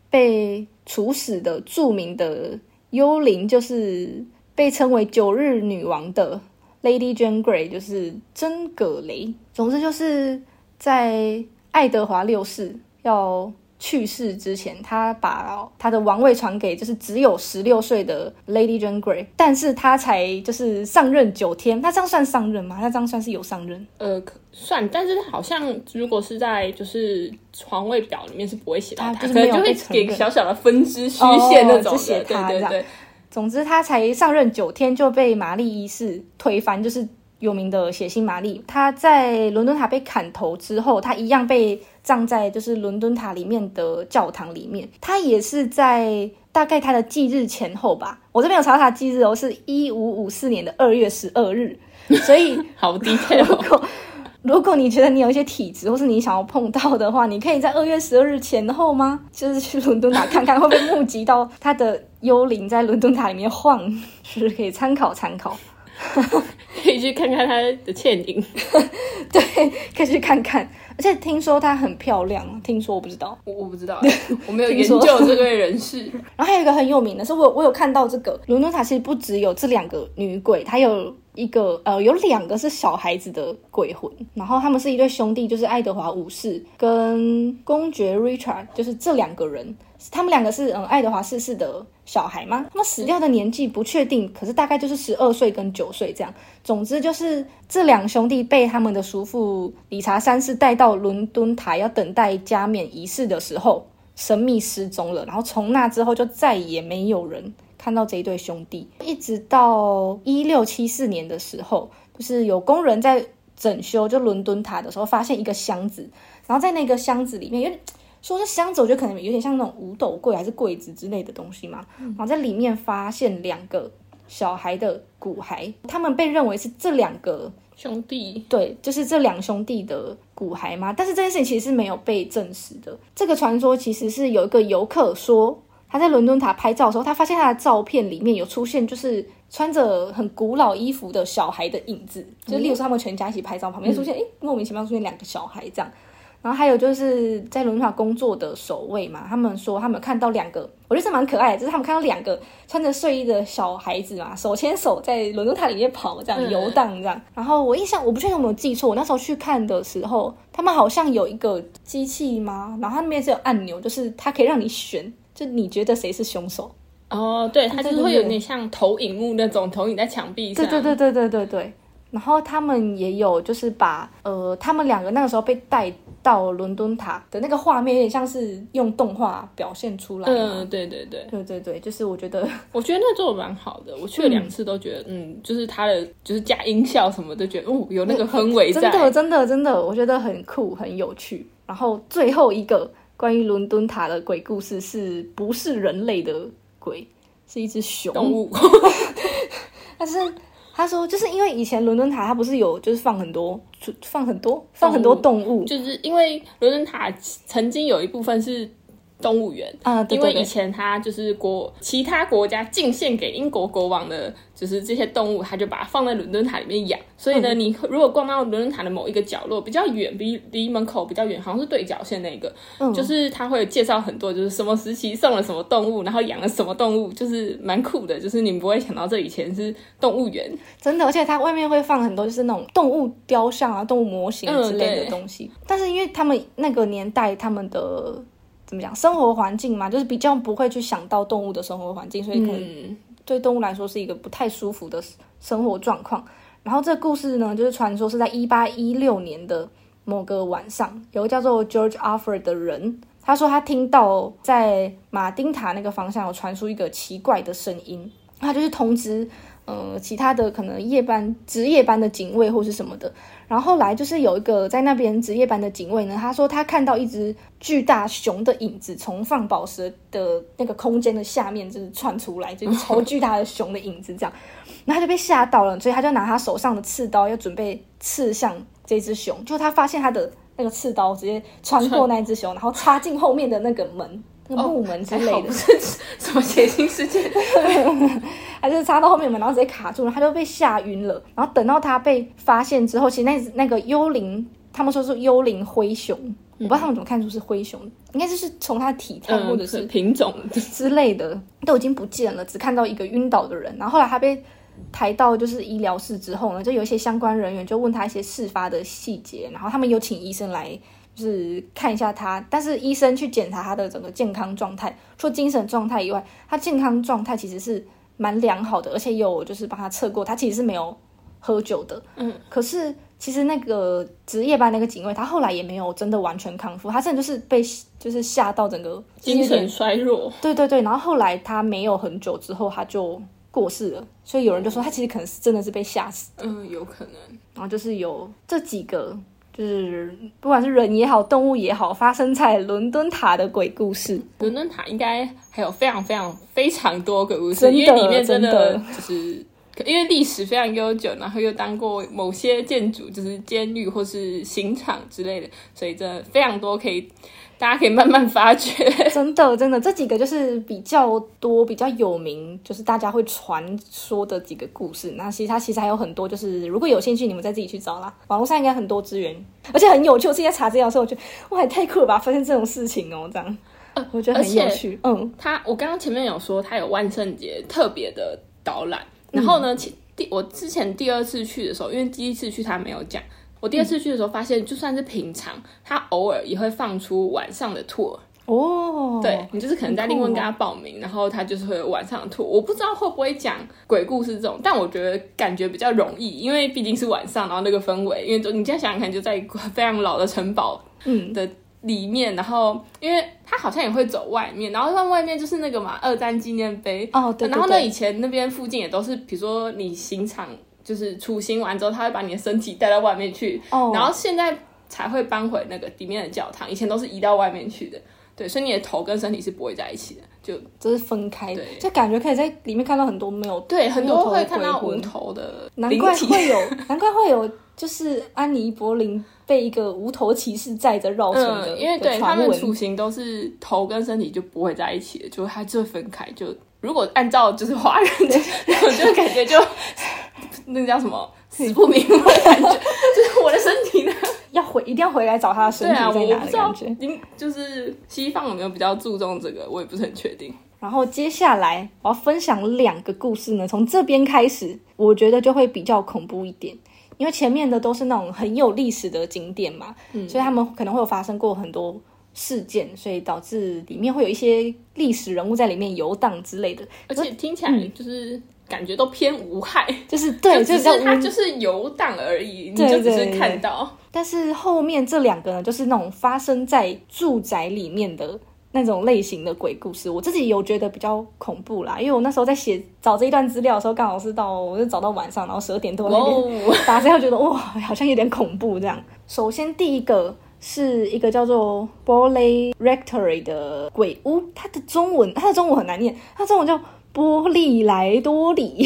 被处死的著名的幽灵，就是被称为九日女王的 Lady Jane Grey， 就是珍葛雷。总之就是在爱德华六世要去世之前，他把他的王位传给就是只有十六岁的 Lady Jane Grey， 但是他才就是上任九天，他这样算上任吗？他这样算是有上任？ 呃，算，但是好像如果是在就是皇位表里面是不会写到他， 他就是没有可能就会给小小的分支虚线那种的， 哦、写他对对对。 总之，他才上任九天就被玛丽一世推翻，就是有名的血腥玛丽。他在伦敦塔被砍头之后，他一样被葬在就是伦敦塔里面的教堂里面。他也是在大概他的忌日前后吧，我这边有查到他的忌日哦，是一五五四年的二月十二日。所以好 detail 如果如果你觉得你有一些体质，或是你想要碰到的话，你可以在二月十二日前后吗？就是去伦敦塔看看会不会目击到他的幽灵在伦敦塔里面晃，就是可以参考参考。 可以去看看他的倩影。 对，可以去看看。而且听说她很漂亮，听说我不知道， 我我不知道，我没有研究这位人士。 然后还有一个很有名的是，我我有看到这个伦敦塔其实不只有这两个女鬼，它有一个呃有两个是小孩子的鬼魂，然后他们是一对兄弟，就是爱德华五世跟公爵 Richard， 就是这两个人。他们两个是嗯爱德华四世的小孩吗？他们死掉的年纪不确定，可是大概就是十二岁跟九岁这样。总之就是这两兄弟被他们的叔父理查三世带到伦敦塔要等待加冕仪式的时候，神秘失踪了。然后从那之后就再也没有人看到这一对兄弟，一直到一六七四年的时候，就是有工人在整修就伦敦塔的时候，发现一个箱子，然后在那个箱子里面有点。说是箱子，我觉得可能有点像那种五斗柜还是柜子之类的东西嘛。然后在里面发现两个小孩的骨骸，他们被认为是这两个兄弟， 对，就是这两兄弟的骨骸嘛。但是这件事情其实是没有被证实的。这个传说其实是有一个游客说，他在伦敦塔拍照的时候，他发现他的照片里面有出现就是穿着很古老衣服的小孩的影子，就例如说他们全家一起拍照，旁边出现哎、嗯、莫名其妙出现两个小孩这样。然后还有就是在伦敦塔工作的守卫嘛，他们说他们看到两个，我觉得是蛮可爱的，就是他们看到两个穿着睡衣的小孩子嘛，手牵手在伦敦塔里面跑，这样、嗯、游荡这样。然后我印象我不确定有没有记错，我那时候去看的时候，他们好像有一个机器吗？然后它那边是有按钮，就是它可以让你选，就你觉得谁是凶手。 哦，对，它就是会有点像投影幕那种，投影在墙壁上。 对对对对对对对。然后他们也有就是把呃他们两个那个时候被带到伦敦塔的那个画面有点像是用动画表现出来。 嗯，对对对对对对，就是我觉得我觉得那做的蛮好的，我去了两次都觉得 嗯, 嗯就是它的就是加音效什么都觉得哦有那个氛围在， 真的真的真的我觉得很酷很有趣。然后最后一个关于伦敦塔的鬼故事是不是人类的鬼，是一只熊动物但是他说就是因为以前伦敦塔它不是有就是放很多放很多放很多动物， 就是因为伦敦塔曾经有一部分是动物园啊，对对对， 因为以前它就是国其他国家进献给英国国王的就是这些动物，他就把它放在伦敦塔里面养，所以呢、嗯、你如果逛到伦敦塔的某一个角落比较远，比离门口比较远，好像是对角线那个、嗯、就是他会介绍很多就是什么时期送了什么动物，然后养了什么动物，就是蛮酷的，就是你们不会想到这以前是动物园， 真的。而且它外面会放很多就是那种动物雕像啊动物模型之类的东西、嗯、但是因为他们那个年代他们的怎么讲生活环境嘛，就是比较不会去想到动物的生活环境，所以可能对动物来说是一个不太舒服的生活状况。然后这个故事呢，就是传说是在一八一六年的某个晚上，有个叫做 George Arthur 的人，他说他听到在马丁塔那个方向有传出一个奇怪的声音，他就是通知呃其他的可能夜班值夜班的警卫或是什么的。然后后来就是有一个在那边值夜班的警卫呢，他说他看到一只巨大熊的影子从放宝石的那个空间的下面就是窜出来，就是超巨大的熊的影子这样，然后他就被吓到了，所以他就拿他手上的刺刀要准备刺向这只熊，就他发现他的那个刺刀直接穿过那只熊，然后插进后面的那个门那个木门之类的、哦、 不是什么血腥事件还是插到后面门，然后直接卡住了，他就被吓晕了。然后等到他被发现之后，其实那那个幽灵他们说是幽灵灰熊，我不知道他们怎么看出是灰熊，应该就是从它的体态或者是品种之类的都已经不见了，只看到一个晕倒的人。然后后来他被抬到就是医疗室之后呢，就有一些相关人员就问他一些事发的细节，然后他们有请医生来就是看一下他，但是医生去检查他的整个健康状态，除了精神状态以外，他健康状态其实是蛮良好的，而且有就是帮他测过，他其实是没有喝酒的。嗯，可是其实那个值夜班那个警卫，他后来也没有真的完全康复，他真的就是被就是吓到整个精神衰弱。 对对对，然后后来他没有很久之后他就过世了，所以有人就说他其实可能是真的是被吓死的。 嗯，有可能。 然后就是有这几个，就是不管是人也好，动物也好，发生在伦敦塔的鬼故事。 伦敦塔应该还有非常非常非常多鬼故事， 真的因为里面真的真的就是因为历史非常悠久，然后又当过某些建筑，就是监狱或是刑场之类的，所以真的非常多可以。大家可以慢慢发掘。 真的真的，这几个就是比较多比较有名，就是大家会传说的几个故事。那其实它其实还有很多，就是如果有兴趣你们再自己去找啦，网络上应该很多资源，而且很有趣。我之前查资料的时候我觉得哇也太酷了吧，发现这种事情哦，这样、呃、我觉得很有趣。嗯， 他我刚刚前面有说他有万圣节特别的导览，然后呢、嗯、第我之前第二次去的时候，因为第一次去他没有讲，我第二次去的时候发现，就算是平常，他偶尔也会放出晚上的 tour。 哦， 对，你就是可能在另外跟他报名，然后他就是会有晚上的 tour。我不知道会不会讲鬼故事这种，但我觉得感觉比较容易，因为毕竟是晚上，然后那个氛围，因为你现在想想看，就在一个非常老的城堡的里面，嗯、然后因为他好像也会走外面，然后他外面就是那个嘛二战纪念碑哦，对对对， 然后呢以前那边附近也都是，比如说你刑场。就是处刑完之后他会把你的身体带到外面去、oh. 然后现在才会搬回那个里面的教堂，以前都是移到外面去的。对，所以你的头跟身体是不会在一起的，就这是分开的，就感觉可以在里面看到很多没有对很多会看到无头的灵体， 难怪会有难怪会有就是安妮柏林被一个无头骑士载着绕城的、 嗯、因为对他们处刑都是头跟身体就不会在一起的，就它就会分开。就如果按照就是华人的我就感觉就那个叫什么死不瞑目的感觉就是我的身体呢要回一定要回来找他的身体在哪的感觉。 对啊，就是西方有没有比较注重这个我也不是很确定。 然后接下来我要分享两个故事呢，从这边开始我觉得就会比较恐怖一点，因为前面的都是那种很有历史的景点嘛、嗯、所以他们可能会有发生过很多事件，所以导致里面会有一些历史人物在里面游荡之类的， 而且听起来就是感觉都偏无害， 就是对， 就只是它就是游荡而已，你就只是看到。 对对对，但是后面这两个呢，就是那种发生在住宅里面的那种类型的鬼故事，我自己有觉得比较恐怖啦，因为我那时候在写找这一段资料的时候，刚好是到我就找到晚上，然后十二点多那边打资料，觉得哇，好像有点恐怖这样。首先第一个是一个叫做 Borley Rectory 的鬼屋，它的中文它的中文很难念，它的中文叫波利莱多里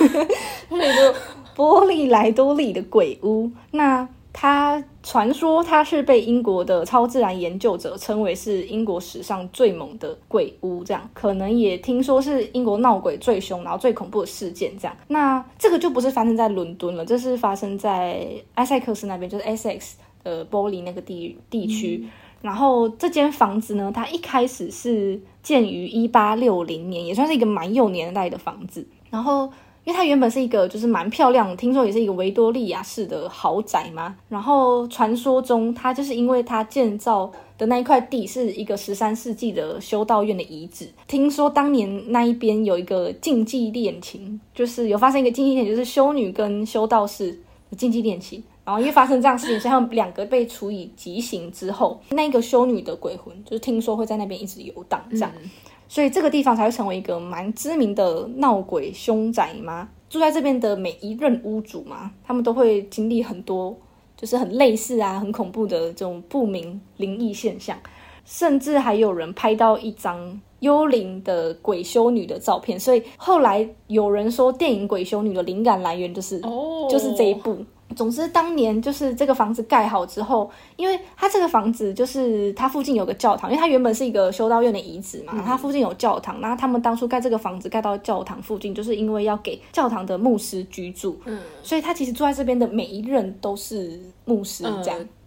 波利莱多里的鬼屋。那它传说它是被英国的超自然研究者称为是英国史上最猛的鬼屋，这样可能也听说是英国闹鬼最凶然后最恐怖的事件这样。那这个就不是发生在伦敦了，这是发生在埃塞克斯那边，就是 Essex 的波利那个地地区、嗯、然后这间房子呢，它一开始是建于一八六零年，也算是一个蛮有年代的房子。然后因为它原本是一个就是蛮漂亮，听说也是一个维多利亚式的豪宅嘛，然后传说中它就是因为它建造的那一块地是一个十三世纪的修道院的遗址，听说当年那一边有一个禁忌恋情，就是有发生一个禁忌恋情，就是修女跟修道士的禁忌恋情，然后因为发生这样的事情，所以他们两个被处以极刑之后，那个修女的鬼魂就是听说会在那边一直游荡这样、嗯，所以这个地方才会成为一个蛮知名的闹鬼凶宅嘛。住在这边的每一任屋主嘛，他们都会经历很多就是很类似啊很恐怖的这种不明灵异现象，甚至还有人拍到一张幽灵的鬼修女的照片，所以后来有人说电影鬼修女的灵感来源就是、oh. 就是这一部。总之当年就是这个房子盖好之后，因为它这个房子就是它附近有个教堂，因为它原本是一个修道院的遗址嘛、嗯、它附近有教堂，然后他们当初盖这个房子盖到教堂附近，就是因为要给教堂的牧师居住、嗯、所以他其实住在这边的每一任都是牧师这样、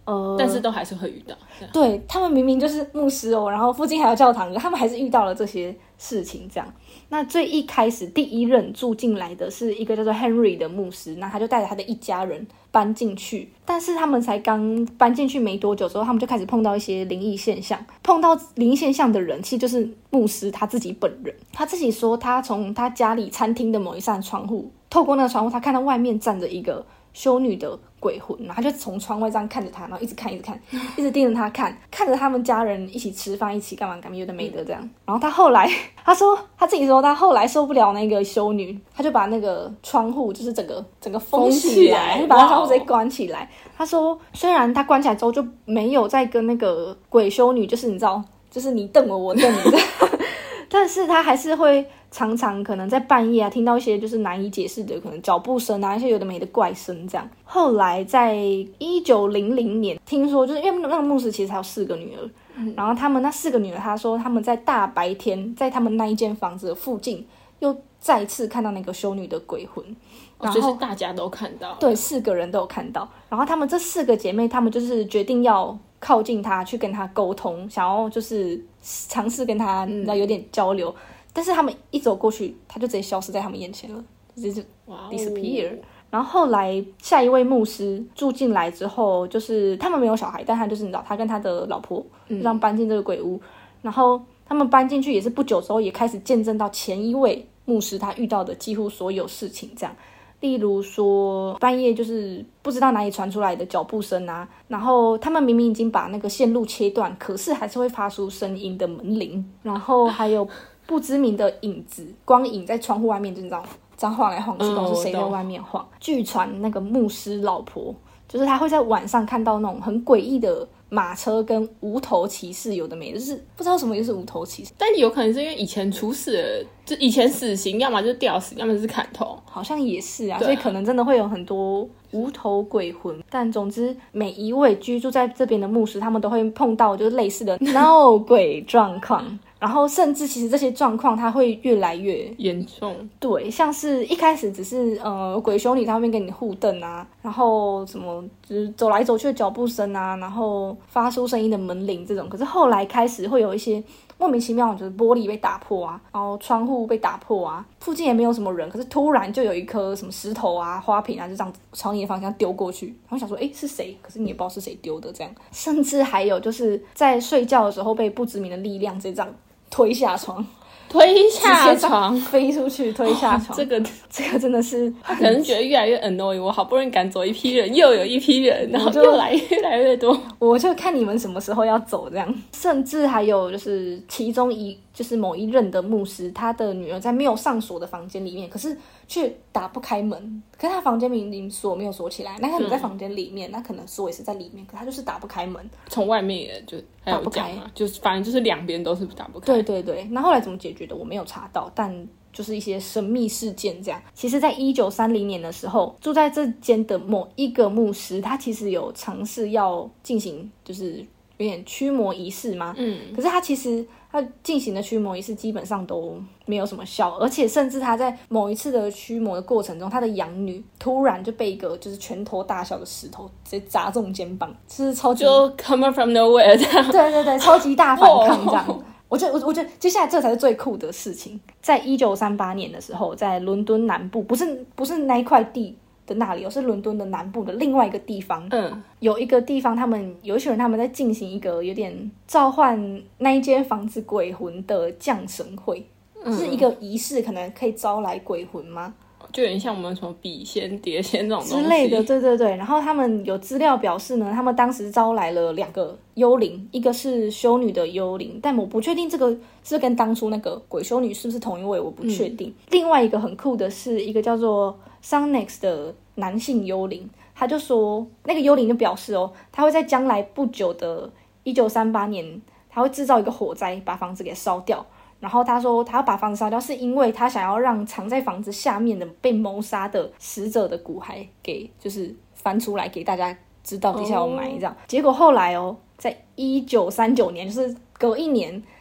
呃， 但是都还是会遇到。 对，他们明明就是牧师哦，然后附近还有教堂，他们还是遇到了这些事情这样。那最一开始第一任住进来的是一个叫做 Henry 的牧师，那他就带着他的一家人搬进去，但是他们才刚搬进去没多久之后，他们就开始碰到一些灵异现象。碰到灵异现象的人其实就是牧师他自己本人。他自己说他从他家里餐厅的某一扇窗户，透过那个窗户他看到外面站着一个修女的鬼魂，然后他就从窗外这样看着他，然后一直看一直看一直盯着他看，看着他们家人一起吃饭，一起干嘛干嘛有的没的这样。然后他后来他说他自己说他后来受不了那个修女，他就把那个窗户就是整个整个封起来，就把那窗户直接关起来。他说虽然他关起来之后就没有再跟那个鬼修女就是你知道就是你瞪我我瞪你但是他还是会常常可能在半夜啊听到一些就是难以解释的可能脚步声啊，一些有的没的怪声这样。后来在一九零零年听说就是因为那个牧师其实还有四个女儿、嗯、然后他们那四个女儿他说他们在大白天在他们那一间房子的附近又再次看到那个修女的鬼魂，然后、 哦、就是大家都看到， 对，四个人都有看到。然后他们这四个姐妹她们就是决定要靠近她去跟她沟通，想要就是尝试跟她你知道有点交流、嗯、但是他们一走过去她就直接消失在他们眼前了，直接就 disappear、wow。然后后来下一位牧师住进来之后，就是他们没有小孩，但他就是你知道他跟他的老婆这样搬进这个鬼屋、嗯、然后他们搬进去也是不久之后也开始见证到前一位牧师他遇到的几乎所有事情这样。例如说半夜就是不知道哪里传出来的脚步声啊，然后他们明明已经把那个线路切断，可是还是会发出声音的门铃，然后还有不知名的影子光影在窗户外面，就你知道这样晃来晃去，不知道是谁在外面晃、嗯、据传那个牧师老婆就是他会在晚上看到那种很诡异的马车跟无头骑士，有的没的，就是不知道什么就是无头骑士， 但有可能是因为以前处死了，就以前死刑要么就是吊死，要么就是砍头， 好像也是啊，所以可能真的会有很多无头鬼魂。但总之每一位居住在这边的牧师他们都会碰到就是类似的闹鬼状况然后甚至其实这些状况它会越来越严重， 对，像是一开始只是呃鬼修女在外面跟你互瞪啊，然后什么就是走来走去的脚步声啊，然后发出声音的门铃这种，可是后来开始会有一些莫名其妙就是玻璃被打破啊，然后窗户被打破啊，附近也没有什么人，可是突然就有一颗什么石头啊花瓶啊就这样朝你的方向丢过去，然后想说诶是谁，可是你也不知道是谁丢的这样。甚至还有就是在睡觉的时候被不知名的力量直接这样推下床推下床飞出去推下床、哦、 这个这个真的是他可能觉得越来越 annoying， 我好不容易赶走一批人又有一批人，然后又来越来越多， 我就看你们什么时候要走这样。甚至还有就是其中一就是某一任的牧师他的女儿在没有上锁的房间里面，可是却打不开门，可是他房间明明锁没有锁起来，那可能在房间里面、嗯、那可能锁也是在里面，可他就是打不开门， 从外面也就还有讲嘛，就是反正就是两边都是打不开。 对对对，那后来怎么解决的我没有查到，但就是一些神秘事件这样。其实在一九三零年的时候，住在这间的某一个牧师他其实有尝试要进行就是有点驱魔仪式嘛，嗯，可是他其实他进行的驱魔仪式基本上都没有什么效，而且甚至他在某一次的驱魔的过程中，他的养女突然就被一个就是拳头大小的石头直接砸中肩膀，是超级就 come from nowhere 这样， 对对对，超级大反抗这样。我觉得我我觉得接下来这才是最酷的事情。在一九三八年的时候，在伦敦南部，不是不是那一块地的那里，是伦敦的南部的另外一个地方，嗯，有一个地方他们有一群人他们在进行一个有点召唤那一间房子鬼魂的降神会，嗯，是一个仪式，可能可以招来鬼魂吗？ 就有点像我们什么笔仙碟仙这种东西之类的，对对对。然后他们有资料表示呢，他们当时招来了两个幽灵，一个是修女的幽灵，但我不确定这个是跟当初那个鬼修女是不是同一位，我不确定，嗯，另外一个很酷的是一个叫做 Sunnex 的男性幽灵，他就说那个幽灵就表示哦，他会在将来不久的一九三八年他会制造一个火灾把房子给烧掉，然后他说他要把房子烧掉是因为他想要让藏在房子下面的被谋杀的死者的骨骸给就是翻出来给大家知道底下有埋这样，哦，结果后来哦在一九三九年就是隔一年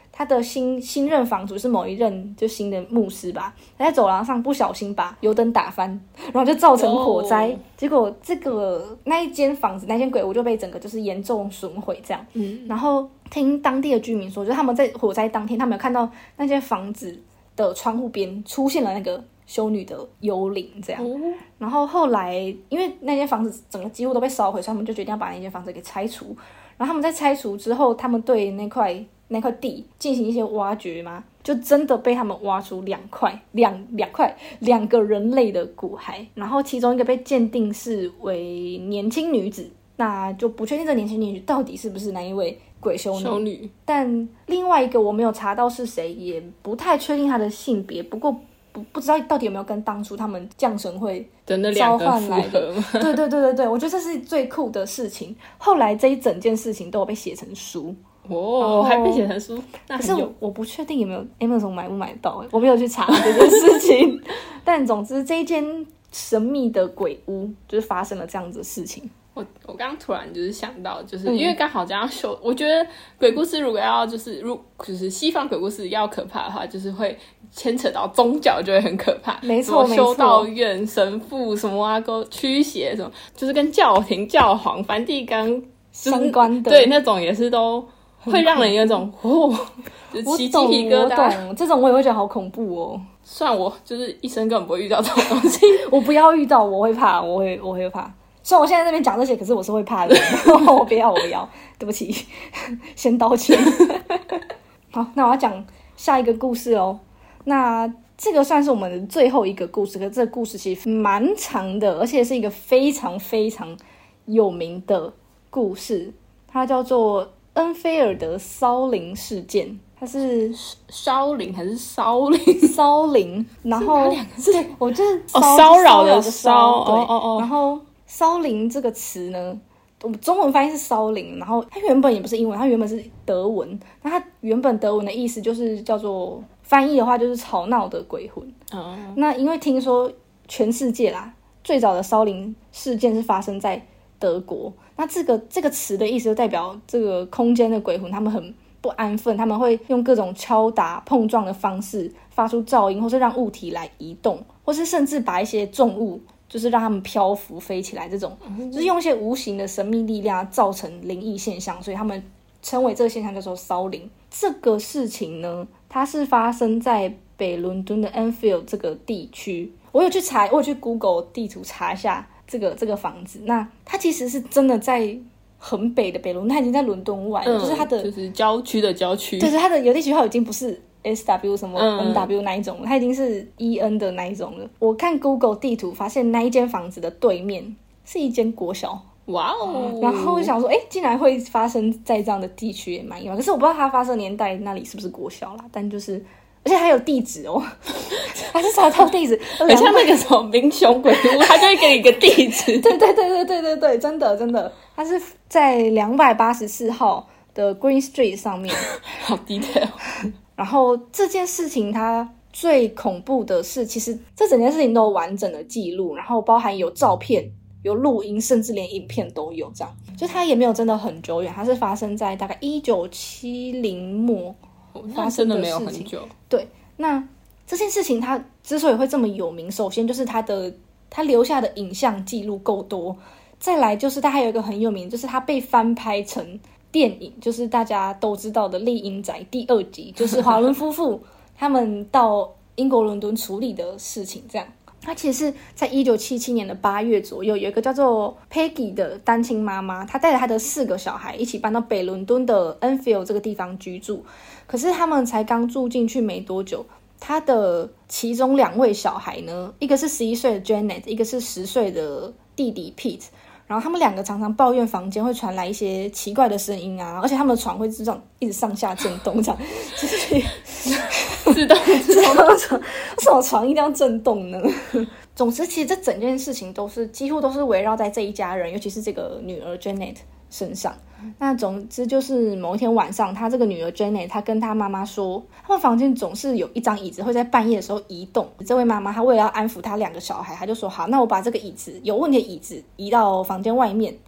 他的新新任房主是某一任就新的牧师吧，他在走廊上不小心把油灯打翻，然后就造成火灾。Oh. 结果这个那一间房子那间鬼屋就被整个就是严重损毁这样。嗯，然后听当地的居民说，就是他们在火灾当天，他们有看到那间房子的窗户边出现了那个修女的幽灵这样。Oh. 然后后来因为那间房子整个几乎都被烧毁，所以他们就决定要把那间房子给拆除。然后他们在拆除之后，他们对那块那块地进行一些挖掘嘛，就真的被他们挖出两块两两块两个人类的骨骸，然后其中一个被鉴定是为年轻女子，那就不确定这年轻女子到底是不是那一位鬼修女。 修女， 但另外一个我没有查到是谁，也不太确定她的性别，不过不不知道到底有没有跟当初他们降神会召唤来的。对对对对对，我觉得这是最酷的事情。后来这一整件事情都有被写成书。 哦，还被写成书，那可是我我不确定有没有 Amazon 买不买得到，我没有去查这件事情。但总之这一间神秘的鬼屋就是发生了这样子的事情。 我我刚刚突然就是想到，就是因为刚好这样修、嗯，我觉得鬼故事如果要就是如就是西方鬼故事要可怕的话，就是会牵扯到宗教，就会很可怕。 没错，没错，修道院、神父什么啊，都驱邪什么，就是跟教廷、教皇、梵蒂冈、就是、 相关的， 对那种也是都。会让人有一种哦，就起鸡皮疙瘩。 我懂，这种我也会觉得好恐怖哦。 虽然我就是一生根本不会遇到这种东西， 我不要遇到，我会怕，我会我会怕。虽然我现在在那边讲这些，可是我是会怕的。我不要，我不要，对不起，先道歉。好，那我要讲下一个故事哦。那这个算是我们的最后一个故事，可是这个故事其实蛮长的，而且是一个非常非常有名的故事，它叫做恩菲尔德骚灵事件。它是骚灵还是骚灵？ 骚灵，然后对，我就是骚扰的骚，对， 哦哦哦。 然后骚灵这个词呢，我们中文翻译是骚灵，然后它原本也不是英文，它原本是德文。那它原本德文的意思就是叫做翻译的话就是吵闹的鬼魂。哦。那因为听说全世界啦，最早的骚灵事件是发生在德国。那这个这个词的意思就代表这个空间的鬼魂，他们很不安分，他们会用各种敲打碰撞的方式发出噪音，或是让物体来移动，或是甚至把一些重物就是让他们漂浮飞起来，这种就是用一些无形的神秘力量造成灵异现象，所以他们称为这个现象叫做骚灵。这个事情呢，它是发生在北伦敦的 Enfield 这个地区。我有去查，我有去 Google 地图查一下这个这个房子，那它其实是真的在很北的北伦敦，它已经在伦敦外了、嗯、就是它的就是郊区的郊区， 对，它的邮递区号已经不是 S W 什么 N W 那一种了、嗯、它已经是 E N 的那一种了。我看 Google 地图发现那一间房子的对面是一间国小。 哇哦！ 然后我想说，哎，竟然会发生在这样的地区，也蛮意外。可是我不知道它发生的年代那里是不是国小啦，但就是而且还有地址哦，还是查到地址， 很像那个什么民雄鬼屋，他就会给你一个地址。 对对对对对对对，真的真的，它是在两百八十四号的 Green Street 上面， 好 detail。 然后这件事情它最恐怖的是，其实这整件事情都有完整的记录，然后包含有照片、有录音，甚至连影片都有。这样，就它也没有真的很久远，它是发生在大概一九七零末。发生的真的没有很久。 对，那这件事情它之所以会这么有名，首先就是它的它留下的影像记录够多，再来就是它还有一个很有名，就是它被翻拍成电影，就是大家都知道的《丽婴宅》第二集，就是华伦夫妇他们到英国伦敦处理的事情。这样，它其实是在一九七七年的八月左右，有一个叫做 Peggy 的单亲妈妈，她带着她的四个小孩一起搬到北伦敦的 Enfield 这个地方居住。可是他们才刚住进去没多久，他的其中两位小孩呢，一个是十一岁的 Janet， 一个是十岁的弟弟 Pete。然后他们两个常常抱怨房间会传来一些奇怪的声音啊，而且他们的床会这样一直上下震动，这样就是自动自动为什么床一定要震动呢？总之，其实这整件事情都是几乎都是围绕在这一家人，尤其是这个女儿 Janet 身上。那总之就是某一天晚上，她这个女儿 Janet 她跟她妈妈说，他们房间总是有一张椅子会在半夜的时候移动。这位妈妈她为了要安抚她两个小孩，她就说好，那我把这个椅子有问题的椅子移到房间外面，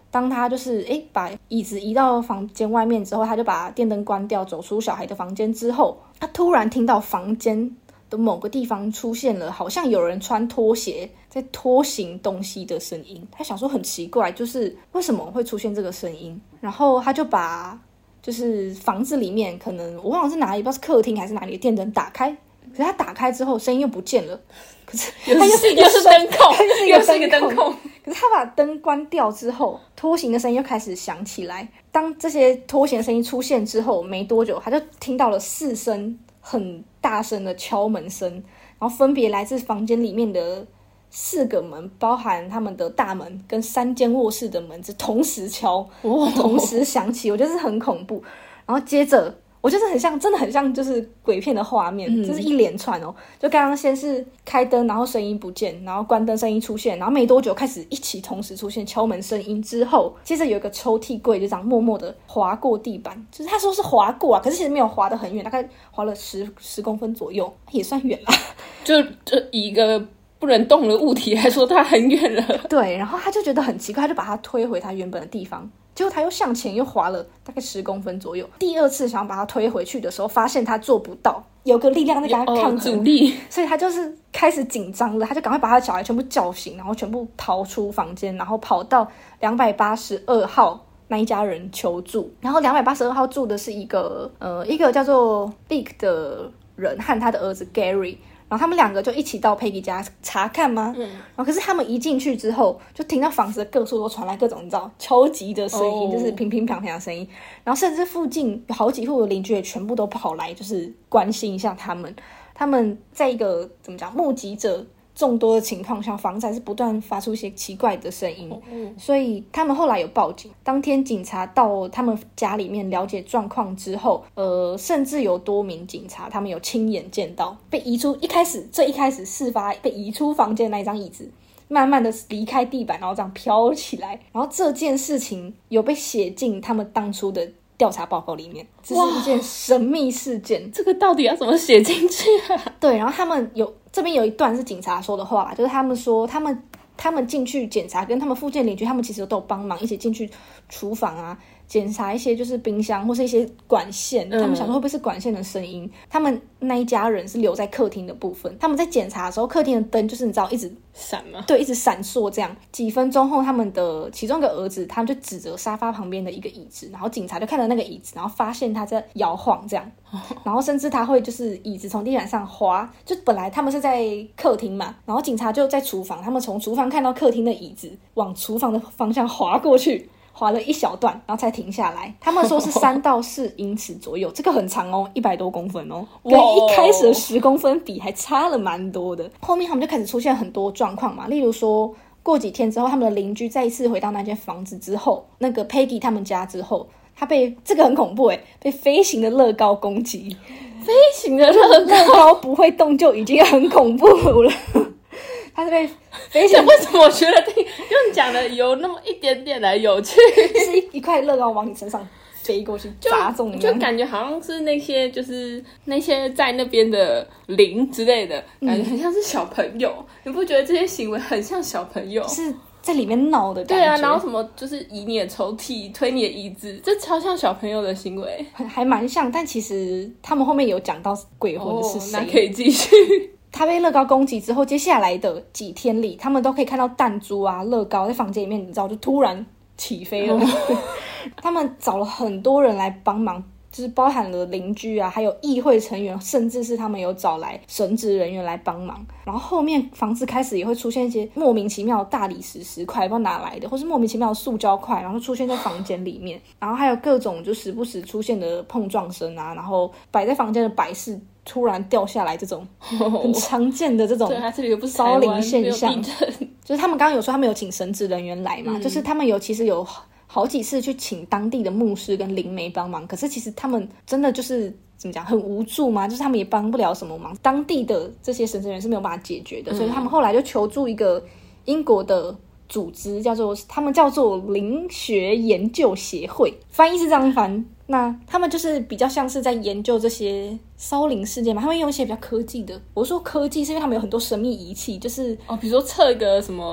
当他就是诶把椅子移到房间外面之后，他就把电灯关掉，走出小孩的房间之后，他突然听到房间的某个地方出现了好像有人穿拖鞋在拖行东西的声音。他想说很奇怪，就是为什么会出现这个声音，然后他就把就是房子里面可能我忘了是哪里，不知道是客厅还是哪里的电灯打开，可是他打开之后声音又不见了，可是他又是一个又是灯控， 又是一个灯控， 可是他把灯关掉之后，拖行的声音又开始响起来。当这些拖行的声音出现之后没多久，他就听到了四声很大声的敲门声，然后分别来自房间里面的四个门，包含他们的大门跟三间卧室的门，是同时敲、哦、同时响起，我觉得是很恐怖。然后接着我觉得很像，真的很像就是鬼片的画面，这、嗯、是一连串哦。就刚刚先是开灯，然后声音不见，然后关灯声音出现，然后没多久开始一起同时出现敲门声音之后，接着有一个抽屉柜就这样默默的滑过地板，就是他说是滑过啊，可是其实没有滑得很远，大概滑了十十公分左右，也算远啦。 就就以一个不能动的物体来说，它很远了。 对，然后他就觉得很奇怪，他就把它推回他原本的地方。结果他又向前又滑了大概十公分左右，第二次想要把他推回去的时候，发现他做不到，有个力量在给他抗阻、 哦、力， 所以他就是开始紧张了，他就赶快把他的小孩全部叫醒，然后全部逃出房间，然后跑到两百八十二号那一家人求助。然后两百八十二号住的是一个呃一个叫做 Big 的人和他的儿子 Gary。然后他们两个就一起到 Peggy 家查看吗？嗯。然后可是他们一进去之后，就听到房子的各处都传来各种你知道敲击的声音， oh. 就是乒乒乓乓的声音。然后甚至附近有好几户的邻居也全部都跑来，就是关心一下他们。他们在一个怎么讲目击者众多的情况下，房子还是不断发出一些奇怪的声音， oh. 所以他们后来有报警。当天警察到他们家里面了解状况之后，呃，甚至有多名警察他们有亲眼见到被移出，一开始最一开始事发被移出房间的那一张椅子慢慢的离开地板，然后这样飘起来，然后这件事情有被写进他们当初的调查报告里面，这是一件神秘事件。 这个到底要怎么写进去啊？ 对，然后他们有这边有一段是警察说的话，就是他们说他们他们进去检查，跟他们附近邻居他们其实都有帮忙一起进去厨房啊检查一些就是冰箱或是一些管线、嗯、他们想说会不会是管线的声音。他们那一家人是留在客厅的部分，他们在检查的时候客厅的灯就是你知道一直闪吗？ 对，一直闪烁这样。几分钟后他们的其中一个儿子他们就指着沙发旁边的一个椅子，然后警察就看到那个椅子，然后发现他在摇晃这样、哦、然后甚至他会就是椅子从地板上滑，就本来他们是在客厅嘛，然后警察就在厨房，他们从厨房看到客厅的椅子往厨房的方向滑过去，滑了一小段然后才停下来。他们说是三到四英尺左右，这个很长哦，一百多公分哦，跟一开始的十公分比还差了蛮多的。后面他们就开始出现很多状况嘛，例如说过几天之后他们的邻居再一次回到那间房子之后，那个 Peggy 他们家之后，他被这个很恐怖耶，被飞行的乐高攻击。 飞行的乐高， 乐高不会动就已经很恐怖了他是被飞行， 为什么我觉得用讲的有那么一点点的有趣？ 是一一块乐高往你身上飞过去砸中你， 就感觉好像是那些就是那些在那边的灵之类的，感觉很像是小朋友、嗯、你不觉得这些行为很像小朋友？ 是在里面闹的感觉。 对啊，然后什么就是移你的抽屉推你的椅子，这超像小朋友的行为， 还蛮像。但其实他们后面有讲到鬼魂是谁、 哦、那可以继续。 他被乐高攻击之后，接下来的几天里他们都可以看到弹珠啊乐高在房间里面你知道就突然起飞了、哦、他们找了很多人来帮忙，就是包含了邻居啊还有议会成员，甚至是他们有找来神职人员来帮忙。然后后面房子开始也会出现一些莫名其妙的大理石石块不知道哪来的，或是莫名其妙的塑胶块，然后出现在房间里面，然后还有各种就时不时出现的碰撞声啊，然后摆在房间的摆饰突然掉下来，这种很常见的这种骚灵现象、哦、就是他们刚刚有说他们有请神职人员来嘛、嗯、就是他们有其实有好几次去请当地的牧师跟灵媒帮忙，可是其实他们真的就是怎么讲很无助嘛，就是他们也帮不了什么忙，当地的这些神职人员是没有办法解决的、嗯、所以他们后来就求助一个英国的组织，叫做他们叫做灵学研究协会，翻译是这样翻。那他们就是比较像是在研究这些骚灵事件嘛，他们用一些比较科技的，我说科技是因为他们有很多神秘仪器，就是哦，比如说测一个什么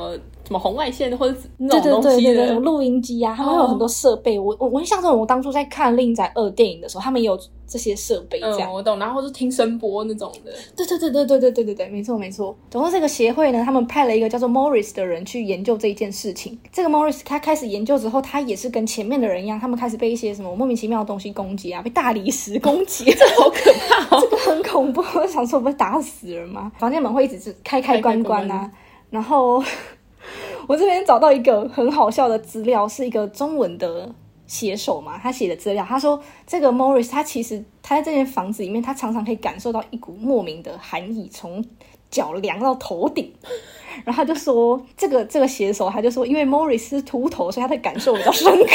什么红外线或者那种东西的， 对对对对对，录音机啊，他们会有很多设备。哦、我我我印象中，我当初在看《令仔二》电影的时候，他们也有这些设备，这样、 嗯、我懂。然后是听声波那种的， 对对对对对对对对对，没错没错。总之，这个协会呢，他们派了一个叫做 Morris 的人去研究这一件事情。这个 Morris 他开始研究之后，他也是跟前面的人一样，他们开始被一些什么莫名其妙的东西攻击啊，被大理石攻击， 这好可怕哦！ 这个很恐怖，我想说不会打死人吗？房间门会一直开开关关啊，然后我这边找到一个很好笑的资料，是一个中文的写手嘛，他写的资料，他说这个 Morris 他其实他在这间房子里面，他常常可以感受到一股莫名的寒意从脚凉到头顶，然后他就说这个这个写手他就说，因为 Morris 是秃头，所以他的感受比较深刻。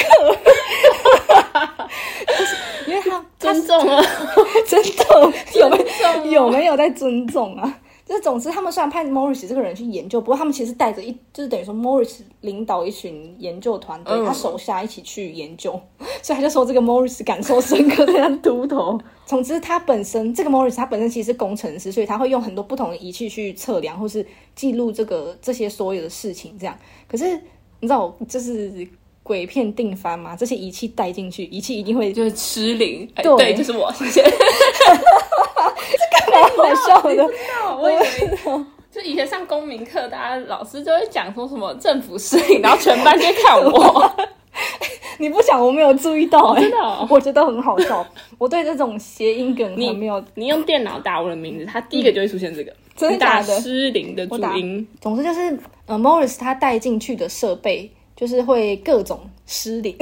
就是因为他尊重啊， 真的有没有有没有在尊重啊？就是总之，他们虽然派 Morris 这个人去研究，不过他们其实带着一，就是等于说 Morris 领导一群研究团队，嗯、他手下一起去研究，所以他就说这个 Morris 感受深刻，这样秃头。总之，他本身这个 Morris 他本身其实是工程师，所以他会用很多不同的仪器去测量或是记录这个这些所有的事情。这样，可是你知道，就是鬼片定番嘛，这些仪器带进去，仪器一定会就是失灵。 对， 对，就是我，谢谢。 这蛮好笑的， 我以为就以前上公民课，大家老师就会讲说什么政府失灵，然后全班就会看我。 你不讲我没有注意到、欸， 真的、哦， 我觉得很好笑。我对这种谐音梗还没有你，你用电脑打我的名字，它第一个就会出现这个，嗯、 真的假的？ 打失灵的注音。 总之就是呃 ，Morris 他带进去的设备就是会各种失灵。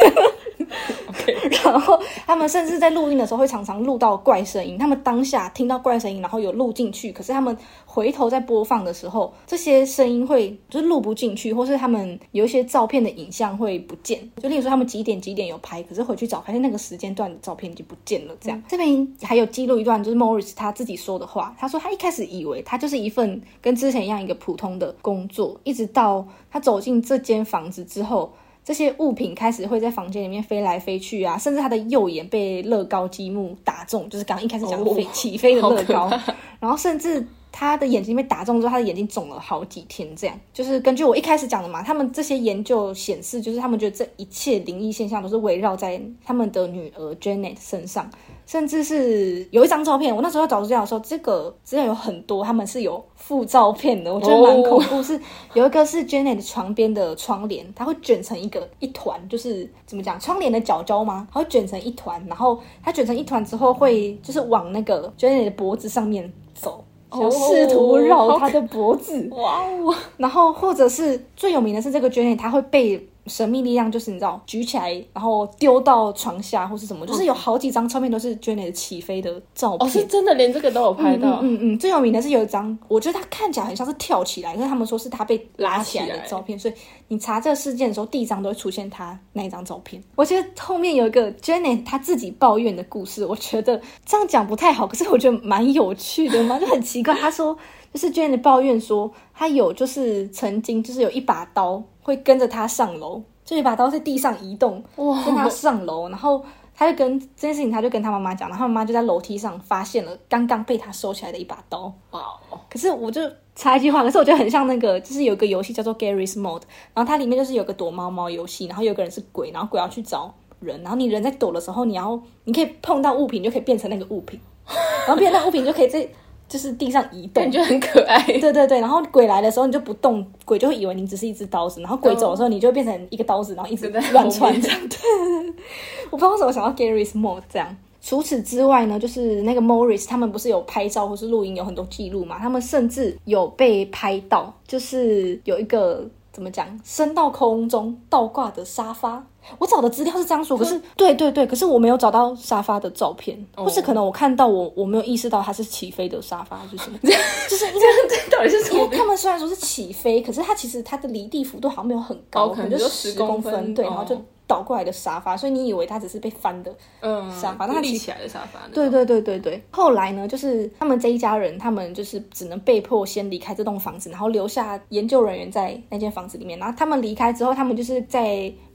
Okay. 然后他们甚至在录音的时候会常常录到怪声音，他们当下听到怪声音，然后有录进去，可是他们回头在播放的时候，这些声音会就是录不进去，或是他们有一些照片的影像会不见，就例如说他们几点几点有拍，可是回去找发现那个时间段的照片已经不见了这样、嗯、这边还有记录一段就是 Morris 他自己说的话，他说他一开始以为他就是一份跟之前一样一个普通的工作，一直到他走进这间房子之后，这些物品开始会在房间里面飞来飞去啊，甚至他的右眼被乐高积木打中，就是刚刚一开始讲的飞、哦、起飞的乐高，然后甚至他的眼睛被打中之后，他的眼睛肿了好几天这样。就是根据我一开始讲的嘛，他们这些研究显示，就是他们觉得这一切灵异现象都是围绕在他们的女儿 Janet 身上，甚至是有一张照片，我那时候找资料的时候，这个资料有很多，他们是有附照片的，我觉得蛮恐怖。是有一个是 Janet 床边的窗帘，它会卷成一个一团，就是怎么讲，窗帘的角角吗？它会卷成一团，然后它卷成一团之后会就是往那个 Janet 的脖子上面走。就试图绕他的脖子，哇哦！然后或者是最有名的是这个 Janet， 他会被神秘力量，就是你知道举起来，然后丢到床下或是什么，就是有好几张照片都是 Janet 起飞的照片。 哦，是真的，连这个都有拍到。 嗯嗯 嗯, 嗯，最有名的是有一张，我觉得他看起来很像是跳起来，可是他们说是他被拉起来的照片，所以你查这个事件的时候，第一张都会出现他那一张照片。我觉得后面有一个 Janet 他自己抱怨的故事，我觉得这样讲不太好，可是我觉得蛮有趣的嘛，就很奇怪。他说就是 Janet 抱怨说，他有就是曾经就是有一把刀会跟着他上楼，就一把刀在地上移动，跟他上楼，然后他就跟这件事情，他就跟他妈妈讲，然后妈妈就在楼梯上发现了刚刚被他收起来的一把刀。哇！可是我就插一句话，可是我觉得很像那个，就是有一个游戏叫做 Garry's Mod， 然后它里面就是有个躲猫猫游戏，然后有个人是鬼，然后鬼要去找人，然后你人在躲的时候，你要你可以碰到物品，就可以变成那个物品，然后变成那个物品就可以在就是地上移动， 感觉很可爱。 对对对，然后鬼来的时候你就不动，鬼就会以为你只是一只刀子，然后鬼走的时候你就会变成一个刀子，然后一直乱窜这样。对，我不知道为什么想到 Garry's Mod 这样。除此之外呢，就是那个 Morris 他们不是有拍照或是录音有很多记录嘛，他们甚至有被拍到，就是有一个怎么讲，升到空中倒挂的沙发。我找的资料是这样说，可是对对对，可是我没有找到沙发的照片，哦、或是可能我看到我我没有意识到它是起飞的沙发还是什么，就是因为这到底是什么？ 因为他们虽然说是起飞，可是它其实它的离地幅度好像没有很高， 哦、可能就十公分， 公分对，然后就倒过来的沙发，所以你以为它只是被翻的沙发， 嗯， 那它立起来的沙发。 对对对对对。后来呢，就是他们这一家人，他们就是只能被迫先离开这栋房子，然后留下研究人员在那间房子里面。然后他们离开之后，他们就是在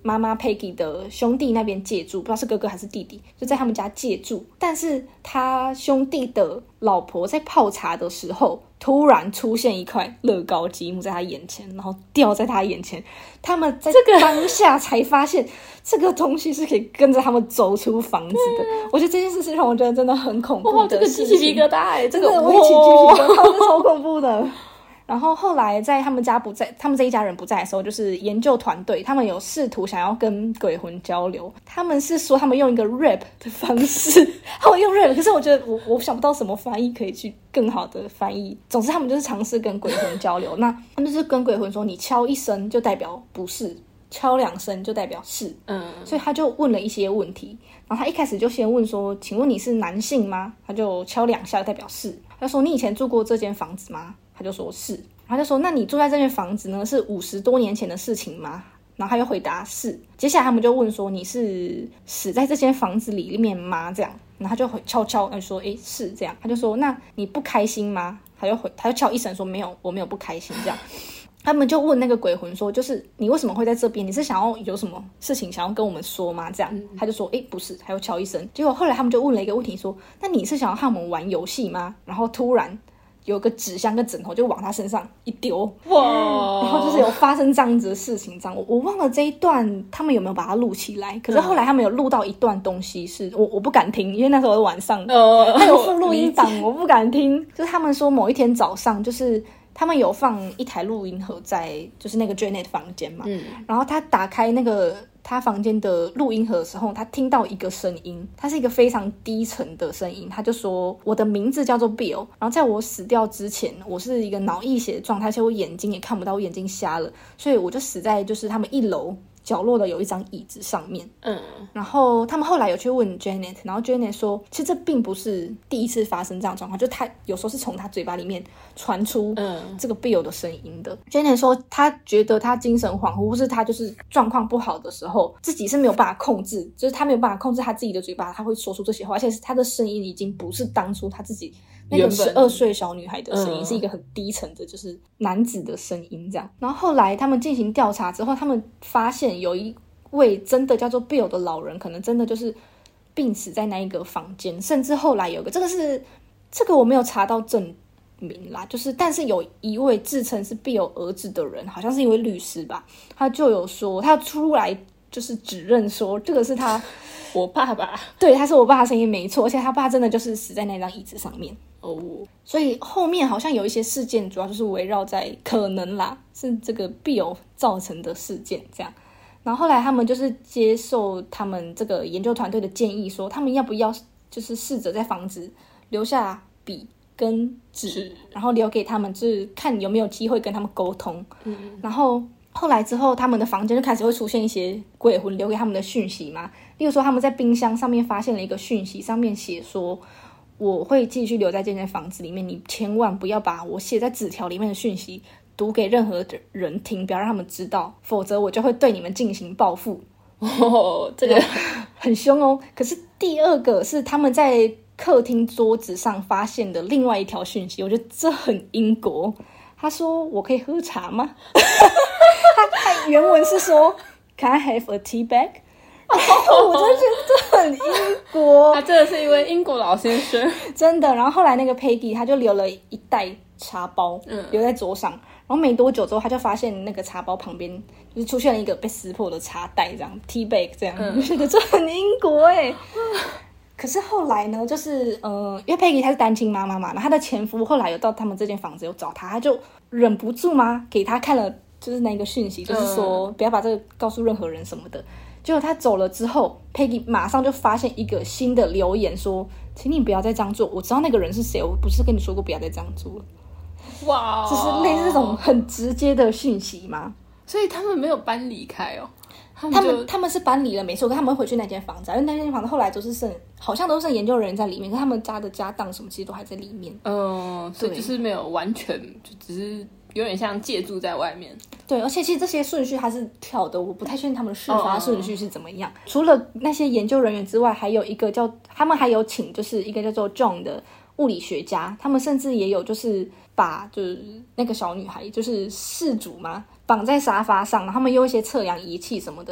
妈妈 Peggy 的兄弟那边借住，不知道是哥哥还是弟弟，就在他们家借住。但是他兄弟的老婆在泡茶的时候，突然出现一块乐高积木在他眼前，然后掉在他眼前。他们在当下才发现这个东西是可以跟着他们走出房子的。我觉得这件事是让我觉得真的很恐怖的事情。 哇，这个鸡皮疙瘩哎，这个我也起鸡皮疙瘩，超恐怖的。然后后来在他们家不在，他们这一家人不在的时候，就是研究团队他们有试图想要跟鬼魂交流。他们是说他们用一个 rap 的方式，他们用 rap， 可是我觉得我我想不到什么翻译可以去更好的翻译。总之他们就是尝试跟鬼魂交流。那他们就是跟鬼魂说，你敲一声就代表不是，敲两声就代表是。嗯，所以他就问了一些问题。然后他一开始就先问说，请问你是男性吗？他就敲两下代表是。他说你以前住过这间房子吗？他就说是。他就说那你住在这间房子呢是五十多年前的事情吗？然后他就回答是。接下来他们就问说你是死在这间房子里面吗？这样，然后他就回敲敲，他就说诶是这样。他就说那你不开心吗？他就回他就敲一声说没有，我没有不开心这样。他们就问那个鬼魂说，就是你为什么会在这边？你是想要有什么事情想要跟我们说吗？这样，他就说诶不是，他又敲一声。结果后来他们就问了一个问题说，那你是想要和我们玩游戏吗？然后突然有个纸箱跟枕头就往他身上一丢，哇！然后就是有发生这样子的事情，这样我我忘了这一段他们有没有把它录起来。可是后来他们有录到一段东西是，是我我不敢听，因为那时候晚上，呃，他有附录音档，我不敢听。就是他们说某一天早上，就是他们有放一台录音盒在就是那个 Janet 房间嘛，嗯，然后他打开那个他房间的录音盒的时候，他听到一个声音，它是一个非常低沉的声音。他就说我的名字叫做 Bill， 然后在我死掉之前，我是一个脑溢血的状态，而且我眼睛也看不到，我眼睛瞎了，所以我就死在就是他们一楼角落的有一张椅子上面。嗯，然后他们后来有去问 Janet， 然后 Janet 说其实这并不是第一次发生这样的状况，就他有时候是从他嘴巴里面传出这个 Bill 的声音的。 Janet 说他觉得他精神恍惚，或是他就是状况不好的时候，自己是没有办法控制，就是他没有办法控制他自己的嘴巴，他会说出这些话，而且他的声音已经不是当初他自己那个十二岁小女孩的声音，是一个很低沉的就是男子的声音这样。然后后来他们进行调查之后，他们发现有一位真的叫做 Bill 的老人，可能真的就是病死在那一个房间，甚至后来有一个，这个是这个我没有查到证明啦，就是但是有一位自称是 Bill 儿子的人，好像是一位律师吧，他就有说他出来就是指认说这个是他我爸爸， 对，他是我爸的声音没错，而且他爸真的就是死在那张椅子上面哦。所以后面好像有一些事件主要就是围绕在可能啦是这个 Bill 造成的事件这样。然后后来他们就是接受他们这个研究团队的建议，说他们要不要就是试着在房子留下笔跟纸，然后留给他们，就是看有没有机会跟他们沟通。嗯，然后后来之后他们的房间就开始会出现一些鬼魂留给他们的讯息嘛，例如说他们在冰箱上面发现了一个讯息，上面写说我会继续留在这间房子里面，你千万不要把我写在纸条里面的讯息读给任何人听，不要让他们知道，否则我就会对你们进行报复。哦，这个很凶哦。可是第二个是他们在客厅桌子上发现的另外一条讯息，我觉得这很英国。他说我可以喝茶吗？他, 他原文是说 Can I have a tea bag？ 我真的觉得这很英国。 他真的是一位英国老先生， 真的。然后后来那个 Peggy 他就留了一袋茶包，嗯，留在桌上。然后没多久之后，他就发现那个茶包旁边就是出现了一个被撕破的茶袋，这样 tea bag 这样，嗯，我觉得这很英国哎，欸。可是后来呢，就是呃，因为 Peggy 她是单亲妈妈嘛，然后她的前夫后来有到他们这间房子有找她，他就忍不住嘛，给她看了就是那个讯息，就是说不要把这个告诉任何人什么的。结果他走了之后 Peggy 马上就发现一个新的留言说，请你不要再这样做，我知道那个人是谁，我不是跟你说过不要再这样做了。哇，就是类似这种很直接的讯息吗？ 所以他们没有搬离开哦。 他们他们, 他们是搬离了没错，可他们会回去那间房子，因为那间房子后来都是剩好像都是剩研究人员在里面，可他们家的家当什么其实都还在里面。 嗯，所以就是没有完全，就只是有点像借住在外面。 对，而且其实这些顺序还是跳的，我不太确定他们的事发顺序是怎么样。Oh. 除了那些研究人员之外，还有一个叫他们还有请就是一个叫做 John 的物理学家，他们甚至也有就是把就是那个小女孩就是事主嘛绑在沙发上，然后他们用一些测量仪器什么的，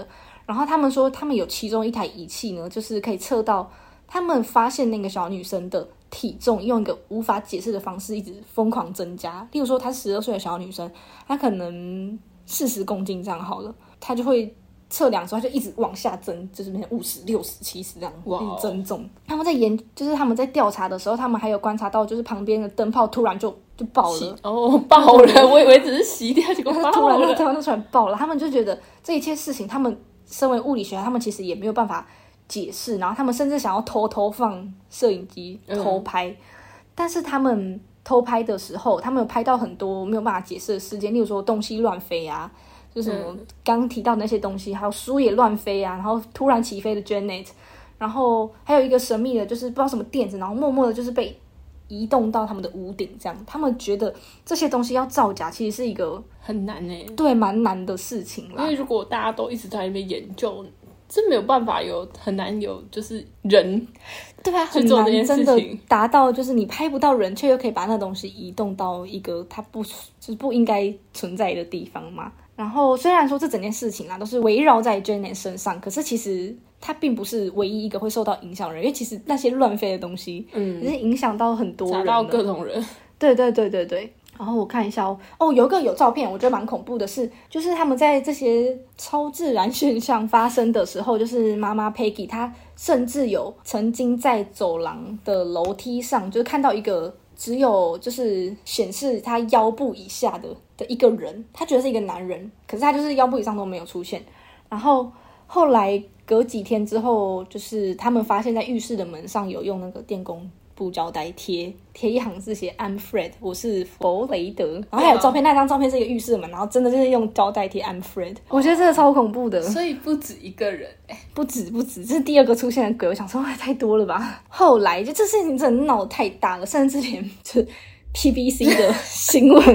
然后他们说他们有其中一台仪器呢，就是可以测到他们发现那个小女生的体重用一个无法解释的方式一直疯狂增加。例如说她十二岁的小女生，她可能四十公斤这样好了，她就会测量的时候她就一直往下增，就是变成五十、六十、七十这样一直增重。他们在研就是他们在调查的时候，他们还有观察到就是旁边的灯泡突然就就爆了。 哦，爆了！我以为只是熄掉，结果爆了。 突然那个灯泡就突然爆了，他们就觉得这一切事情他们身为物理学家，他们其实也没有办法解释，然后他们甚至想要偷偷放摄影机偷拍、嗯、但是他们偷拍的时候，他们有拍到很多没有办法解释的事件，例如说东西乱飞啊，就是什么刚刚提到的那些东西，还有书也乱飞啊，然后突然起飞的 Janet， 然后还有一个神秘的就是不知道什么垫子，然后默默的就是被移动到他们的屋顶，这样他们觉得这些东西要造假其实是一个很难耶， 对，蛮难的事情啦。 因为如果大家都一直在那边研究，这没有办法有很难有就是人对啊，很难真的达到就是你拍不到人，却又可以把那东西移动到一个它不就是不应该存在的地方嘛。然后虽然说这整件事情啊都是围绕在 Janet 身上，可是其实他并不是唯一一个会受到影响的人，因为其实那些乱飞的东西嗯，也是影响到很多人， 砸到各种人。 对对对对对。然后我看一下哦，哦，有一个有照片，我觉得蛮恐怖的是，就是他们在这些超自然现象发生的时候，就是妈妈 Peggy 她甚至有曾经在走廊的楼梯上，就是看到一个只有就是显示她腰部以下的的一个人，她觉得是一个男人，可是他就是腰部以上都没有出现。然后后来隔几天之后，就是他们发现在浴室的门上有用那个电工布胶带贴贴一行字写 I'm Fred， 我是弗雷德，然后还有照片，那张照片是一个浴室门，然后真的就是用胶带贴 I'm Fred， 我觉得这个超恐怖的。 所以不止一个人、欸、 不止不止，这是第二个出现的鬼，我想说太多了吧。后来就这事情真的闹得太大了，甚至连就 P B C 的新闻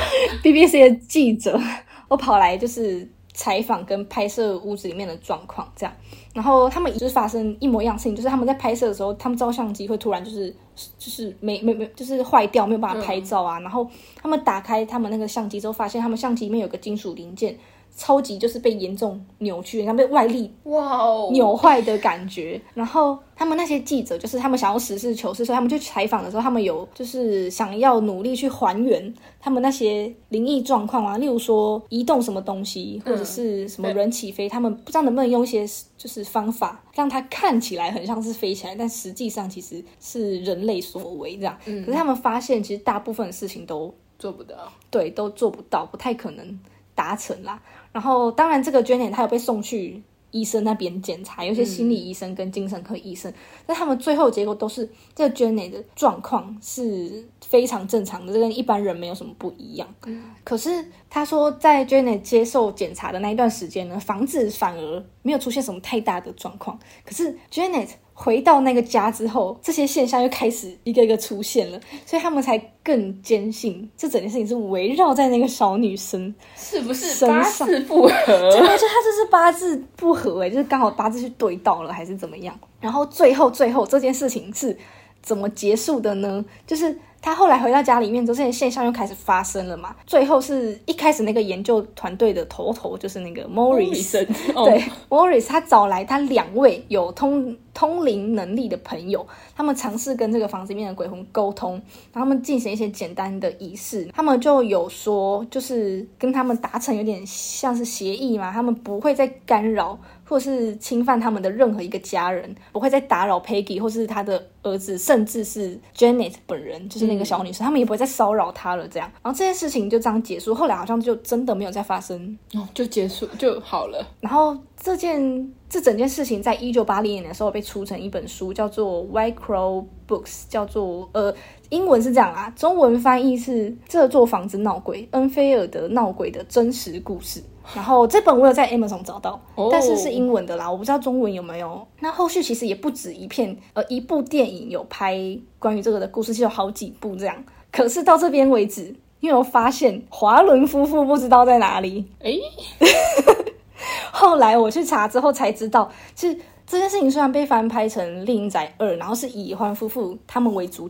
B B C 的记者我跑来就是采访跟拍摄屋子里面的状况这样，然后他们就是发生一模一样的事情，就是他们在拍摄的时候，他们照相机会突然就是就是没没没就是坏掉，没有办法拍照啊、嗯、然后他们打开他们那个相机之后，发现他们相机里面有个金属零件超级就是被严重扭曲，像被外力哇扭坏的感觉。然后他们那些记者就是他们想要实事求是，所以他们去采访的时候，他们有就是想要努力去还原他们那些灵异状况啊，例如说移动什么东西或者是什么人起飞、嗯、他们不知道能不能用一些就是方法让它看起来很像是飞起来，但实际上其实是人类所为这样、嗯、可是他们发现其实大部分的事情都做不到， 对，都做不到，不太可能达成啦。然后当然这个 Janet 他有被送去医生那边检查，有些心理医生跟精神科医生、嗯、但他们最后结果都是这个 Janet 的状况是非常正常的，这跟一般人没有什么不一样、嗯、可是他说在 Janet 接受检查的那一段时间呢，房子反而没有出现什么太大的状况，可是 Janet 回到那个家之后，这些现象又开始一个一个出现了，所以他们才更坚信这整件事情是围绕在那个小女生是不是八字不合？ 对，我觉得他这是八字不合耶，就是刚好八字去对到了还是怎么样。然后最后最后这件事情是怎么结束的呢？就是他后来回到家里面之后，这些现象又开始发生了嘛。最后是一开始那个研究团队的头头就是那个 Morris， 对、哦、Morris 他找来他两位有通通灵能力的朋友，他们尝试跟这个房子里面的鬼魂沟通，然后他们进行一些简单的仪式，他们就有说就是跟他们达成有点像是协议嘛，他们不会再干扰或是侵犯他们的任何一个家人，不会再打扰 Peggy 或是他的儿子，甚至是 Janet 本人，就是那个小女生、嗯、他们也不会再骚扰她了这样。然后这件事情就这样结束，后来好像就真的没有再发生、 哦、就结束就好了。 然后这件这整件事情在一九八零年的时候被出成一本书，叫做 White Crow Books， 叫做呃英文是这样啊，中文翻译是这座房子闹鬼，恩菲尔德闹鬼的真实故事。然后这本我有在 Amazon 找到、oh. 但是是英文的啦，我不知道中文有没有。那后续其实也不止一片呃一部电影有拍关于这个的故事，其实有好几部这样。可是到这边为止，因为我发现华伦夫妇不知道在哪里。诶后来我去查之后才知道，是这件事情虽然被翻拍成《丽影仔二》，然后是以欢夫妇他们为主角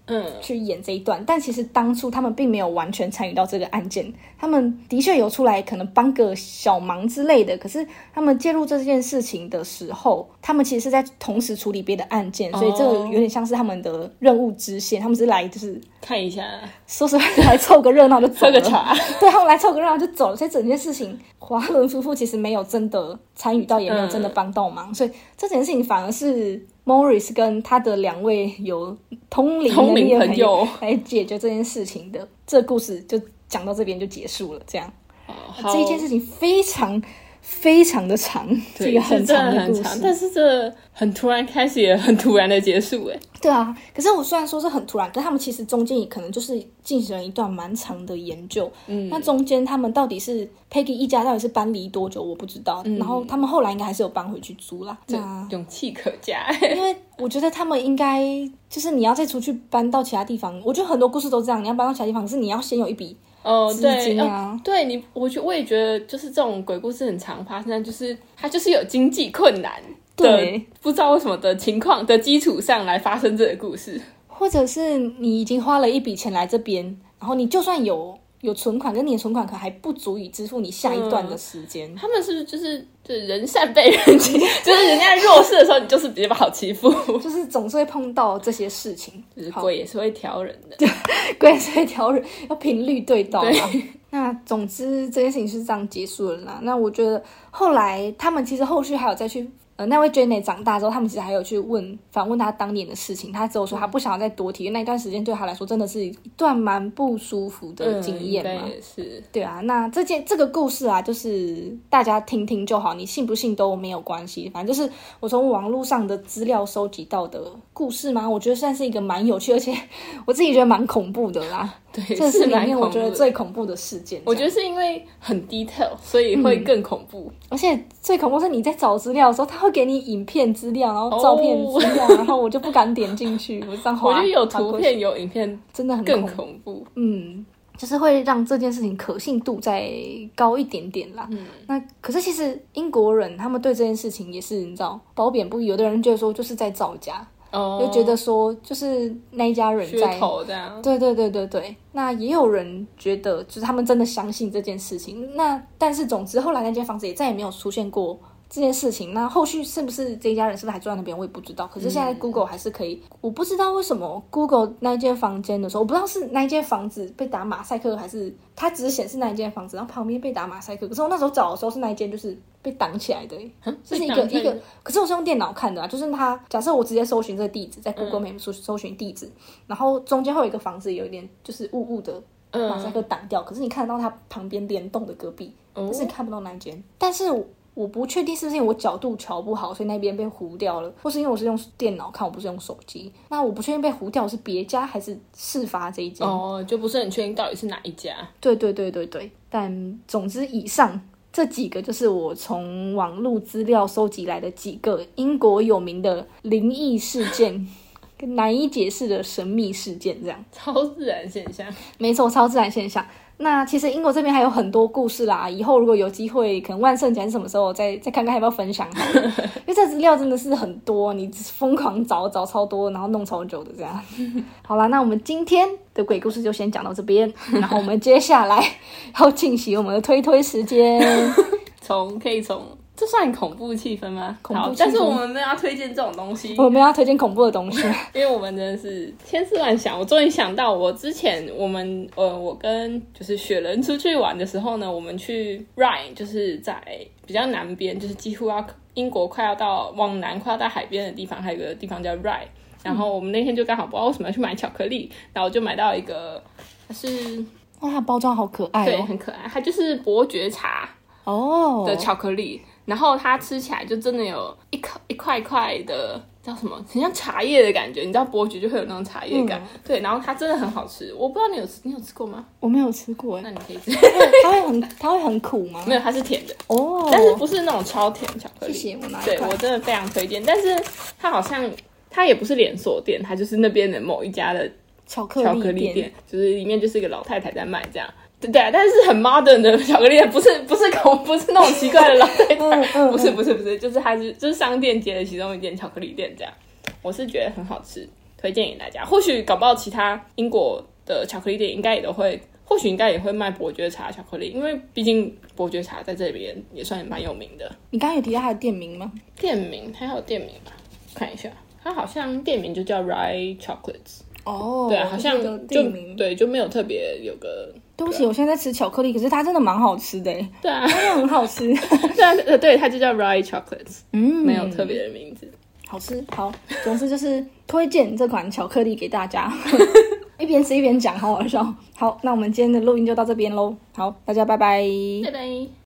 嗯， 去演这一段，但其实当初他们并没有完全参与到这个案件，他们的确有出来可能帮个小忙之类的，可是他们介入这件事情的时候，他们其实是在同时处理别的案件，所以这个有点像是他们的任务支线，他们是来就是看一下， 说实话是来凑个热闹就走了， 喝个茶， 对，他们来凑个热闹就走了，所以整件事情华伦夫妇其实没有真的参与到，也没有真的帮到忙，嗯、所以这件事情反而是Morris 跟他的两位有通灵能力的朋友来解决这件事情的，这个故事就讲到这边就结束了。这样，哦、这一件事情非常非常的长，这个很长的故事， 但是这很突然开始，也很突然的结束，哎， 对啊。可是我虽然说是很突然，可是他们其实中间也可能就是进行了一段蛮长的研究。嗯，那中间他们到底是 Peggy 一家到底是搬离多久，我不知道。嗯、然后他们后来应该还是有搬回去租啦。 那勇气可嘉， 因为我觉得他们应该就是你要再出去搬到其他地方，我觉得很多故事都这样，你要搬到其他地方，可是你要先有一笔。 哦，对、哦、对你，我觉我也觉得，就是这种鬼故事很常发生，就是它就是有经济困难的，对，不知道为什么的情况的基础上来发生这个故事， 或者是你已经花了一笔钱来这边，然后你就算有有存款，跟你的存款可能还不足以支付你下一段的时间、嗯。 他们是不是就是就是人善被人欺，就是人家弱势的时候，你就是比较好欺负， 就是总是会碰到这些事情。 就是鬼也是会挑人的， 鬼也是会挑人，要频率对到嘛。那总之这件事情是这样结束了啦。那我觉得后来他们其实后续还有再去。呃，那位 Janet 长大之后，他们其实还有去问访问他当年的事情，他只有说他不想要再多提，因为那一段时间对他来说真的是一段蛮不舒服的经验嘛。 嗯，也是。对啊，那这件这个故事啊，就是大家听听就好，你信不信都没有关系。反正就是我从网络上的资料收集到的故事嘛，我觉得算是一个蛮有趣，而且我自己觉得蛮恐怖的啦。 对， 这是里面我觉得最恐怖的事件。 我觉得是因为很 detail， 所以会更恐怖。 嗯、而且最恐怖是你在找资料的时候，他会给你影片资料，然后照片资料， oh. 然后我就不敢点进去。我这样滑， 我觉得有图片有影片真的很更恐怖。 嗯，就是会让这件事情可信度再高一点点啦。嗯，那可是其实英国人他们对这件事情也是你知道褒贬不一，有的人觉得说就是在造假。Oh, 就觉得说就是那一家人在噱头这样， 对对对对对。那也有人觉得就是他们真的相信这件事情。那但是总之后来那间房子也再也没有出现过这件事情。那后续是不是这一家人是不是还住在那边我也不知道。可是现在 Google 还是可以、嗯、我不知道为什么 Google 那一间房间的时候，我不知道是那一间房子被打马赛克，还是它只是显示那一间房子然后旁边被打马赛克。可是我那时候找的时候是那一间就是被挡起来的、欸，这是一个一个。可是我是用电脑看的啊，就是它假设我直接搜寻这个地址，在 Google Map 搜搜寻地址、嗯，然后中间会有一个房子有一点就是雾雾的马赛克挡掉、嗯，可是你看得到它旁边联动的隔壁，但是你看不到那一间。但是我不确定是不是因为我角度调不好，所以那边被糊掉了，或是因为我是用电脑看，我不是用手机。那我不确定被糊掉是别家还是事发这一间哦，就不是很确定到底是哪一家。 对对对对对，但总之以上这几个就是我从网络资料收集来的几个英国有名的灵异事件跟难以解释的神秘事件，这样超自然现象。 没错，超自然现象。那其实英国这边还有很多故事啦，以后如果有机会可能万圣节是什么时候再再看看要不要分享好了因为这资料真的是很多，你疯狂找找超多，然后弄超久的这样好啦，那我们今天的鬼故事就先讲到这边然后我们接下来要进行我们的推推时间从可以从这算恐怖气氛吗？ 恐怖气氛， 但是我们没有要推荐这种东西， 我们要推荐恐怖的东西因为我们真的是千丝万想。我终于想到，我之前我们呃，我跟就是雪人出去玩的时候呢，我们去 Rye， 就是在比较南边，就是几乎要英国快要到往南快要到海边的地方，还有一个地方叫 Rye。然后我们那天就刚好不知道为什么要去买巧克力，然后我就买到一个，它是哇，它包装好可爱哦， 对，很可爱，它就是伯爵茶哦的巧克力。Oh.然后它吃起来就真的有一颗一块块的叫什么，很像茶叶的感觉，你知道伯爵就会有那种茶叶感、嗯、对，然后它真的很好吃。我不知道你有吃你有吃过吗？ 我没有吃过。 那你可以吃它会很它会很苦吗？ 没有，它是甜的哦， 但是不是那种超甜巧克力。 谢谢，我拿一对，我真的非常推荐。但是它好像它也不是连锁店，它就是那边的某一家的巧克力 店, 巧克力店就是里面就是一个老太太在卖这样。对对啊，但是很 modern 的巧克力，不是不是恐不是那种奇怪的老太太，嗯嗯、不是不是不是，就是它是就是商店街的其中一间巧克力店这样。我是觉得很好吃。 推荐给大家。或许搞不好其他英国的巧克力店应该也都会，或许应该也会卖伯爵茶巧克力，因为毕竟伯爵茶在这边也算蛮有名的。 你刚刚有提到它的店名吗？ 店名，它还有店名吧？看一下，它好像店名就叫 Rye Chocolates。 哦， 对啊，好像就对，就没有特别有个。 对不起，我现在在吃巧克力，可是它真的蛮好吃的耶。 对啊， 真的很好吃。 对啊，呃，对，它就叫 Rye Chocolates， 嗯， 没有特别的名字。 好吃，好，总之就是推荐这款巧克力给大家。一边吃一边讲，好好笑。好，那我们今天的录音就到这边咯。好，大家拜拜。 拜拜。